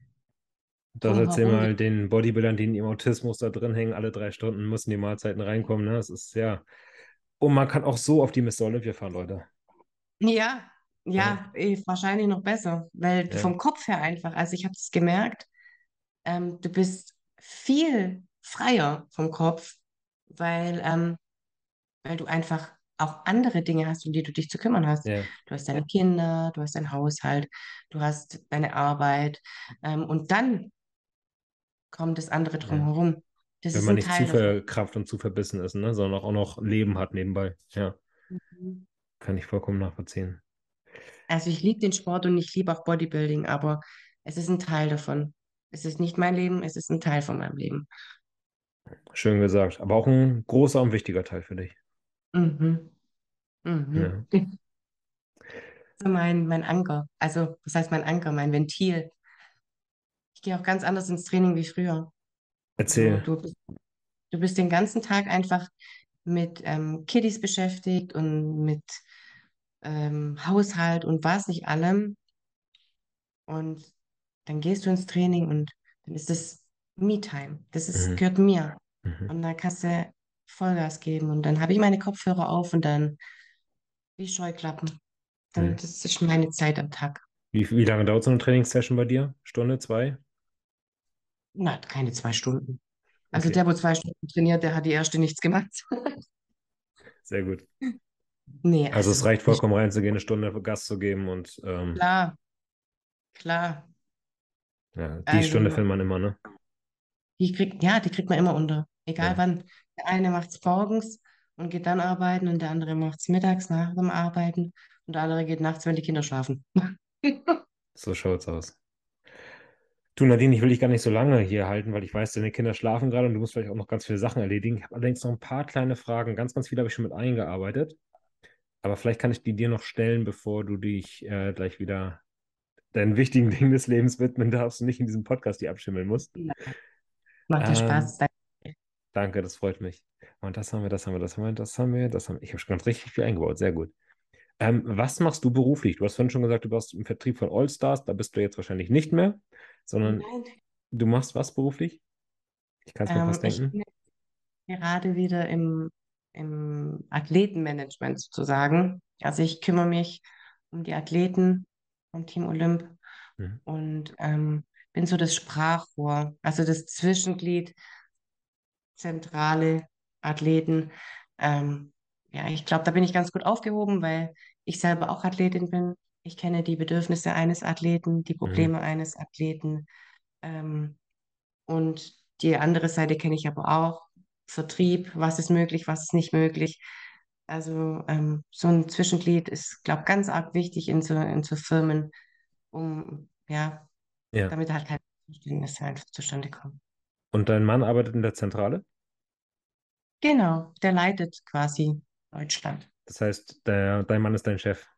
Das erzähl drumherum mal gehen. den Bodybuildern, die in ihrem Autismus da drin hängen, alle drei Stunden müssen die Mahlzeiten reinkommen, ne? Das ist ja. Und man kann auch so auf die Mister Olympia fahren, Leute. Ja, Ja. ja, eh, wahrscheinlich noch besser, weil du Ja. vom Kopf her einfach, also ich habe es gemerkt, ähm, du bist viel freier vom Kopf, weil, ähm, weil du einfach auch andere Dinge hast, um die du dich zu kümmern hast. Ja. Du hast deine Kinder, du hast deinen Haushalt, du hast deine Arbeit, ähm, und dann kommt das andere Ja. drumherum. Das Wenn ist man ein nicht zu Teil davon. verkrampft und zu verbissen ist, ne? Sondern auch noch Leben hat nebenbei. Ja. Mhm. Kann ich vollkommen nachvollziehen. Also ich liebe den Sport und ich liebe auch Bodybuilding, aber es ist ein Teil davon. Es ist nicht mein Leben, es ist ein Teil von meinem Leben. Schön gesagt. Aber auch ein großer und wichtiger Teil für dich. Mhm. Mhm. Ja. So mein, mein Anker. Also, was heißt mein Anker? Mein Ventil. Ich gehe auch ganz anders ins Training wie früher. Also, Erzähl. du, bist- du bist den ganzen Tag einfach mit ähm, Kiddies beschäftigt und mit ähm, Haushalt und was nicht allem. Und dann gehst du ins Training und dann ist es Me-Time. Das ist, Mhm. gehört mir. Mhm. Und dann kannst du Vollgas geben. Und dann habe ich meine Kopfhörer auf und dann wie Scheuklappen. Dann, Mhm. das ist meine Zeit am Tag. Wie, wie lange dauert so eine Trainingssession bei dir? Stunde, zwei? Na, keine zwei Stunden. Also Okay, der, wo zwei Stunden trainiert, der hat die erste nichts gemacht. sehr gut. Nee, Also also es reicht nicht vollkommen reinzugehen, eine Stunde Gas zu geben und ähm, klar, klar. ja, die Stunde Also findet man immer, ne? die kriegt, ja, die kriegt man immer unter. Egal Ja, wann. Der eine macht es morgens und geht dann arbeiten und der andere macht es mittags nach dem Arbeiten und der andere geht nachts, wenn die Kinder schlafen. so schaut's aus. Du, Nadine, ich will dich gar nicht so lange hier halten, weil ich weiß, deine Kinder schlafen gerade und du musst vielleicht auch noch ganz viele Sachen erledigen. Ich habe allerdings noch ein paar kleine Fragen. Ganz, ganz viele habe ich schon mit eingearbeitet. Aber vielleicht kann ich die dir noch stellen, bevor du dich äh, gleich wieder deinen wichtigen Dingen des Lebens widmen darfst und nicht in diesem Podcast die abschimmeln musst. Ja. Macht ja Ähm, Spaß. danke, das freut mich. Und das haben wir, das haben wir, das haben wir, das haben wir, das haben wir. Ich habe schon ganz richtig viel eingebaut. Sehr gut. Ähm, was machst du beruflich? Du hast vorhin schon gesagt, du warst im Vertrieb von Allstars. Da bist du jetzt wahrscheinlich nicht mehr, sondern Nein. du machst was beruflich? Ich kann es mir Ähm, fast ich denken. bin jetzt gerade wieder im, im Athletenmanagement sozusagen. Also ich kümmere mich um die Athleten vom Team Olymp Mhm. und ähm, bin so das Sprachrohr, also das Zwischenglied, zentrale Athleten. Ähm, ja, ich glaube, da bin ich ganz gut aufgehoben, weil ich selber auch Athletin bin. Ich kenne die Bedürfnisse eines Athleten, die Mhm. Probleme eines Athleten. Ähm, und die andere Seite kenne ich aber auch. Vertrieb, was ist möglich, was ist nicht möglich. Also ähm, so ein Zwischenglied ist, glaube ich, ganz arg wichtig in so, in so Firmen, um, ja, Ja. damit halt kein Missverständnis einfach zustande kommt. Und dein Mann arbeitet in der Zentrale? Genau, der leitet quasi Deutschland. Das heißt, der, dein Mann ist dein Chef.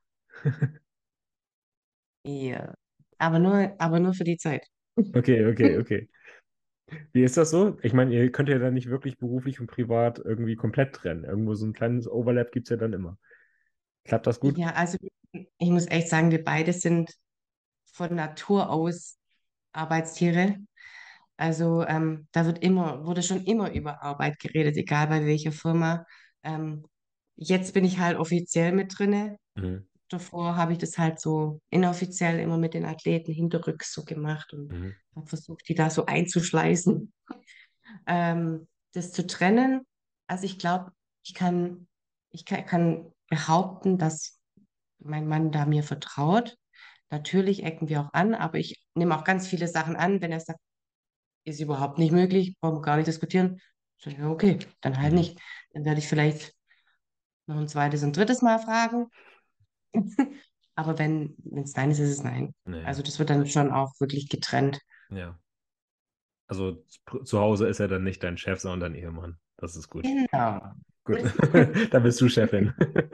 Ja. Aber nur, aber nur für die Zeit. Okay, okay, okay. Wie ist das so? Ich meine, ihr könnt ja dann nicht wirklich beruflich und privat irgendwie komplett trennen. Irgendwo so ein kleines Overlap gibt es ja dann immer. Klappt das gut? Ja, also ich muss echt sagen, wir beide sind von Natur aus Arbeitstiere. Also ähm, da wird immer, wurde schon immer über Arbeit geredet, egal bei welcher Firma. Ähm, Jetzt bin ich halt offiziell mit drinne. Mhm. Davor habe ich das halt so inoffiziell immer mit den Athleten hinterrücks so gemacht und Mhm. habe versucht, die da so einzuschleißen. Ähm, das zu trennen, also ich glaube, ich kann, ich kann, kann behaupten, dass mein Mann da mir vertraut. Natürlich ecken wir auch an, aber ich nehme auch ganz viele Sachen an, wenn er sagt, ist überhaupt nicht möglich, brauchen wir gar nicht diskutieren. Sag ich, ja, okay, dann halt Mhm. nicht. Dann werde ich vielleicht noch ein zweites und drittes Mal fragen. Aber wenn wenn es nein ist, ist es nein. Naja, Also das wird dann schon auch wirklich getrennt. ja. Also zu zu Hause ist er dann nicht dein Chef, sondern dein Ehemann. Das ist gut. Genau. Gut. Da bist du Chefin.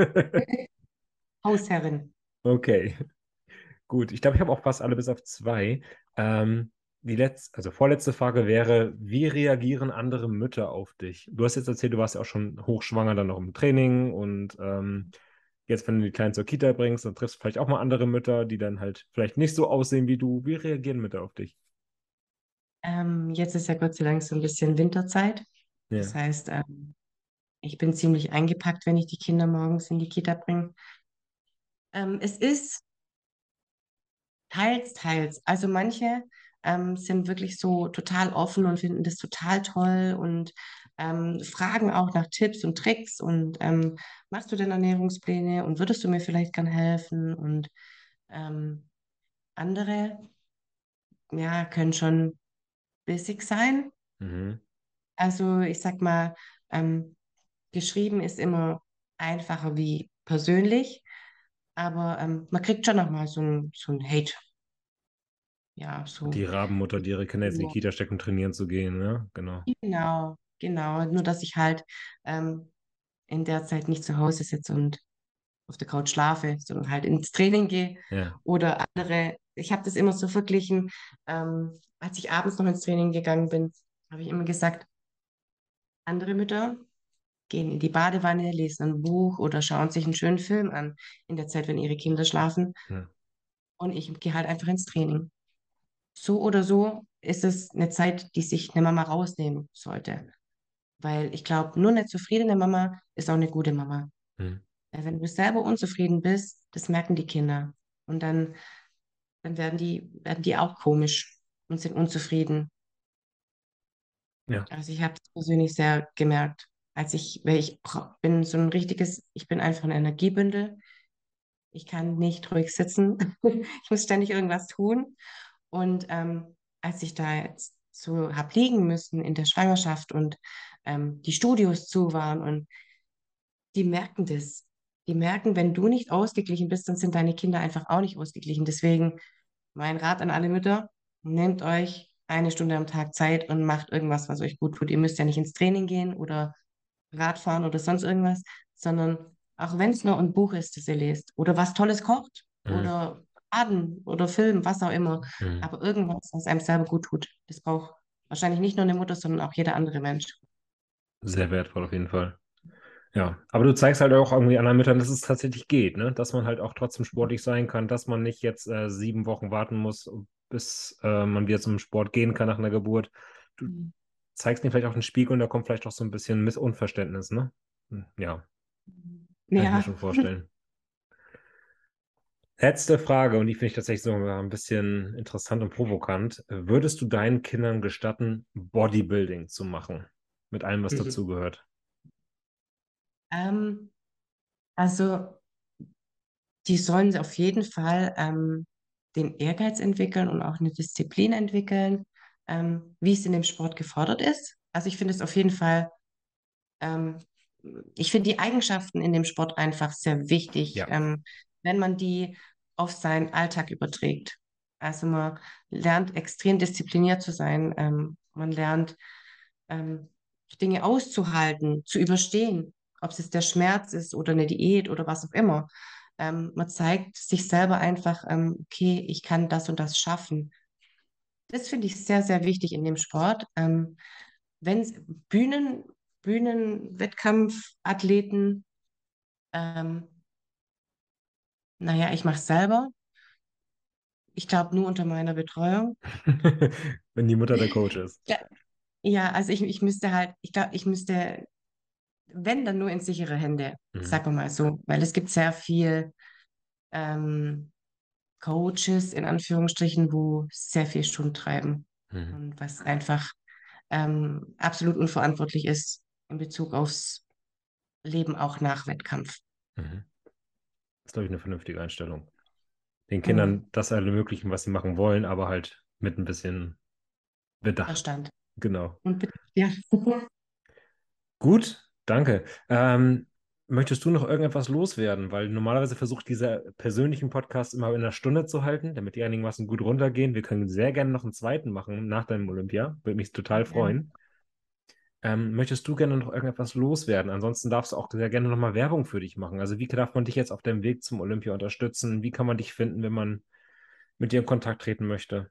Hausherrin. Okay. Gut, ich glaube, ich habe auch fast alle bis auf zwei. Ähm, die letzte, also vorletzte Frage wäre, wie reagieren andere Mütter auf dich? Du hast jetzt erzählt, du warst ja auch schon hochschwanger, dann noch im Training und ähm, jetzt, wenn du die Kleinen zur Kita bringst, dann triffst du vielleicht auch mal andere Mütter, die dann halt vielleicht nicht so aussehen wie du. Wie reagieren Mütter auf dich? Ähm, jetzt ist ja Gott sei Dank so ein bisschen Winterzeit. Das Ja. heißt, ähm, ich bin ziemlich eingepackt, wenn ich die Kinder morgens in die Kita bringe. Ähm, es ist teils, teils. Also manche ähm, sind wirklich so total offen und finden das total toll und ähm, fragen auch nach Tipps und Tricks und ähm, machst du denn Ernährungspläne und würdest du mir vielleicht gern helfen? Und ähm, andere, ja, können schon bissig sein. Mhm. Also ich sag mal, ähm, geschrieben ist immer einfacher wie persönlich, aber ähm, man kriegt schon noch mal so ein, so ein Hate. Ja, Die so. Rabenmutter, die ihre Kinder jetzt in die Kita stecken, trainieren zu gehen, ne? Genau. Genau, genau. Nur, dass ich halt ähm, in der Zeit nicht zu Hause sitze und auf der Couch schlafe, sondern halt ins Training gehe. Ja. Oder andere, ich habe das immer so verglichen, ähm, als ich abends noch ins Training gegangen bin, habe ich immer gesagt, andere Mütter gehen in die Badewanne, lesen ein Buch oder schauen sich einen schönen Film an in der Zeit, wenn ihre Kinder schlafen. Ja. Und ich gehe halt einfach ins Training. So oder so ist es eine Zeit, die sich eine Mama rausnehmen sollte. Weil ich glaube, nur eine zufriedene Mama ist auch eine gute Mama. Mhm. Weil wenn du selber unzufrieden bist, das merken die Kinder. Und dann, dann werden die, werden die auch komisch und sind unzufrieden. Ja. Also ich habe das persönlich sehr gemerkt. als ich, weil ich bra- bin so ein richtiges, ich bin einfach ein Energiebündel. Ich kann nicht ruhig sitzen. Ich muss ständig irgendwas tun. Und ähm, als ich da jetzt so hab liegen müssen in der Schwangerschaft und ähm, die Studios zu waren und die merken das. Die merken, wenn du nicht ausgeglichen bist, dann sind deine Kinder einfach auch nicht ausgeglichen. Deswegen mein Rat an alle Mütter, nehmt euch eine Stunde am Tag Zeit und macht irgendwas, was euch gut tut. Ihr müsst ja nicht ins Training gehen oder Radfahren oder sonst irgendwas, sondern auch wenn es nur ein Buch ist, das ihr lest oder was Tolles kocht Mhm. oder Baden oder Film, was auch immer, Mhm. aber irgendwas, was einem selber gut tut. Das braucht wahrscheinlich nicht nur eine Mutter, sondern auch jeder andere Mensch. Sehr wertvoll auf jeden Fall. Ja, aber du zeigst halt auch irgendwie anderen Müttern, dass es tatsächlich geht, ne? Dass man halt auch trotzdem sportlich sein kann, dass man nicht jetzt äh, sieben Wochen warten muss, bis äh, man wieder zum Sport gehen kann nach einer Geburt. Du Mhm. zeigst dir vielleicht auch den Spiegel und da kommt vielleicht auch so ein bisschen Missunverständnis, ne? Hm, ja, kann ich mir Ja, schon vorstellen. Letzte Frage, und die finde ich tatsächlich so ein bisschen interessant und provokant. Würdest du deinen Kindern gestatten, Bodybuilding zu machen? Mit allem, was dazugehört. ähm, also die sollen auf jeden Fall ähm, den Ehrgeiz entwickeln und auch eine Disziplin entwickeln, ähm, wie es in dem Sport gefordert ist. Also ich finde es auf jeden Fall, ähm, ich finde die Eigenschaften in dem Sport einfach sehr wichtig, Ja. ähm, wenn man die auf seinen Alltag überträgt. Also man lernt extrem diszipliniert zu sein, ähm, man lernt ähm, Dinge auszuhalten, zu überstehen, ob es jetzt der Schmerz ist oder eine Diät oder was auch immer. Ähm, man zeigt sich selber einfach, ähm, okay, ich kann das und das schaffen. Das finde ich sehr, sehr wichtig in dem Sport. Ähm, wenn Bühnen, Bühnenwettkampfathleten, ähm, naja, ich mache es selber. Ich glaube nur unter meiner Betreuung. Wenn die Mutter der Coach ist. Ja, ja, also ich, ich müsste halt, ich glaube, ich müsste, wenn, dann nur in sichere Hände, Mhm. sagen wir mal so, weil es gibt sehr viel ähm, Coaches in Anführungsstrichen, wo sehr viel Schund treiben Mhm. und was einfach ähm, absolut unverantwortlich ist in Bezug aufs Leben auch nach Wettkampf. Mhm. Das ist, glaube ich, eine vernünftige Einstellung. Den Mhm. Kindern das ermöglichen, was sie machen wollen, aber halt mit ein bisschen Bedacht. Verstand. Genau. Und bitte, ja. Gut, danke. Ähm, möchtest du noch irgendetwas loswerden? Weil normalerweise versucht dieser persönlichen Podcast immer in einer Stunde zu halten, damit die einigermaßen gut runtergehen. Wir können sehr gerne noch einen zweiten machen nach deinem Olympia. Würde mich total Gerne. freuen. Ähm, möchtest du gerne noch irgendetwas loswerden? Ansonsten darfst du auch sehr gerne nochmal Werbung für dich machen. Also wie darf man dich jetzt auf deinem Weg zum Olympia unterstützen? Wie kann man dich finden, wenn man mit dir in Kontakt treten möchte?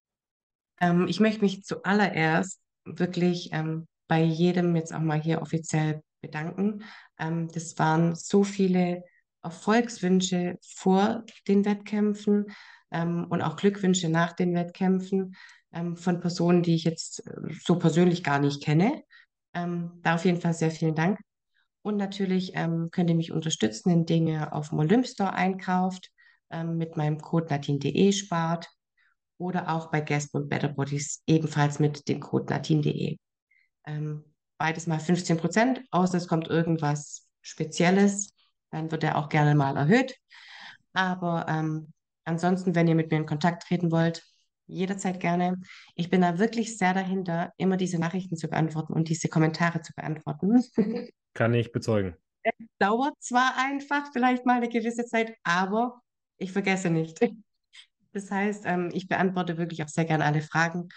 Ähm, ich möchte mich zuallererst wirklich ähm, bei jedem jetzt auch mal hier offiziell bedanken. Ähm, das waren so viele Erfolgswünsche vor den Wettkämpfen ähm, und auch Glückwünsche nach den Wettkämpfen ähm, von Personen, die ich jetzt äh, so persönlich gar nicht kenne. Ähm, da auf jeden Fall sehr vielen Dank. Und natürlich ähm, könnt ihr mich unterstützen, indem ihr auf dem Olymp Store einkauft, ähm, mit meinem Code nadine punkt de spart oder auch bei Gasp und Better Bodies ebenfalls mit dem Code nadine punkt de. Ähm, beides mal fünfzehn Prozent, außer es kommt irgendwas Spezielles, dann wird er auch gerne mal erhöht. Aber ähm, ansonsten, wenn ihr mit mir in Kontakt treten wollt, jederzeit gerne. Ich bin da wirklich sehr dahinter, immer diese Nachrichten zu beantworten und diese Kommentare zu beantworten. Kann ich bezeugen. Dauert zwar einfach vielleicht mal eine gewisse Zeit, aber ich vergesse nicht. Das heißt, ähm, ich beantworte wirklich auch sehr gerne alle Fragen.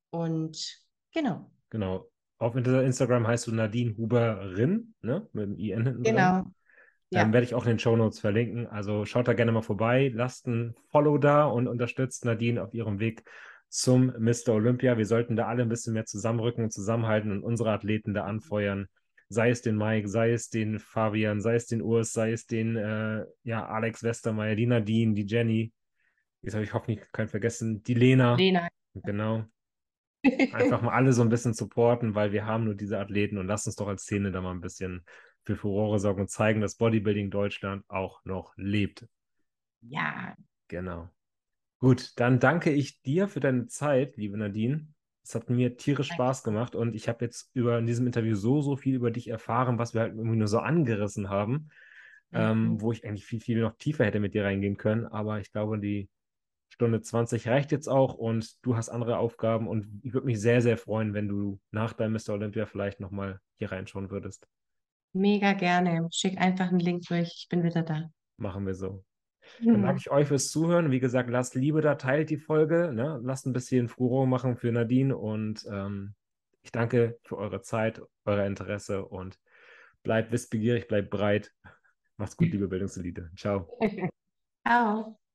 Und genau, Genau. Auf Instagram heißt du Nadine Huberin, ne? Mit dem I N hinten dran. genau, Ähm, ja. werde ich auch in den Shownotes verlinken. Also schaut da gerne mal vorbei, lasst ein Follow da und unterstützt Nadine auf ihrem Weg zum Mister Olympia. Wir sollten da alle ein bisschen mehr zusammenrücken und zusammenhalten und unsere Athleten da anfeuern. Sei es den Mike, sei es den Fabian, sei es den Urs, sei es den äh, ja, Alex Westermeier, die Nadine, die Jenny. Jetzt habe ich hoffentlich keinen vergessen. Die Lena. Lena. Genau. Einfach mal alle so ein bisschen supporten, weil wir haben nur diese Athleten und lass uns doch als Szene da mal ein bisschen für Furore sorgen und zeigen, dass Bodybuilding Deutschland auch noch lebt. Ja, Genau. Gut, dann danke ich dir für deine Zeit, liebe Nadine. Es hat mir tierisch Spaß Danke. gemacht und ich habe jetzt über in diesem Interview so, so viel über dich erfahren, was wir halt irgendwie nur so angerissen haben, ähm, Mhm. wo ich eigentlich viel, viel noch tiefer hätte mit dir reingehen können. Aber ich glaube, die Stunde zwanzig reicht jetzt auch und du hast andere Aufgaben und ich würde mich sehr, sehr freuen, wenn du nach deinem Mister Olympia vielleicht nochmal hier reinschauen würdest. Mega gerne. Schick einfach einen Link durch. Ich bin wieder da. Machen wir so. Dann danke Mhm. ich euch fürs Zuhören. Wie gesagt, lasst Liebe da, teilt die Folge, ne? Lasst ein bisschen Furore machen für Nadine und ähm, ich danke für eure Zeit, euer Interesse und bleibt wissbegierig, bleibt breit. Macht's gut, liebe Bildungselite. Ciao. Ciao.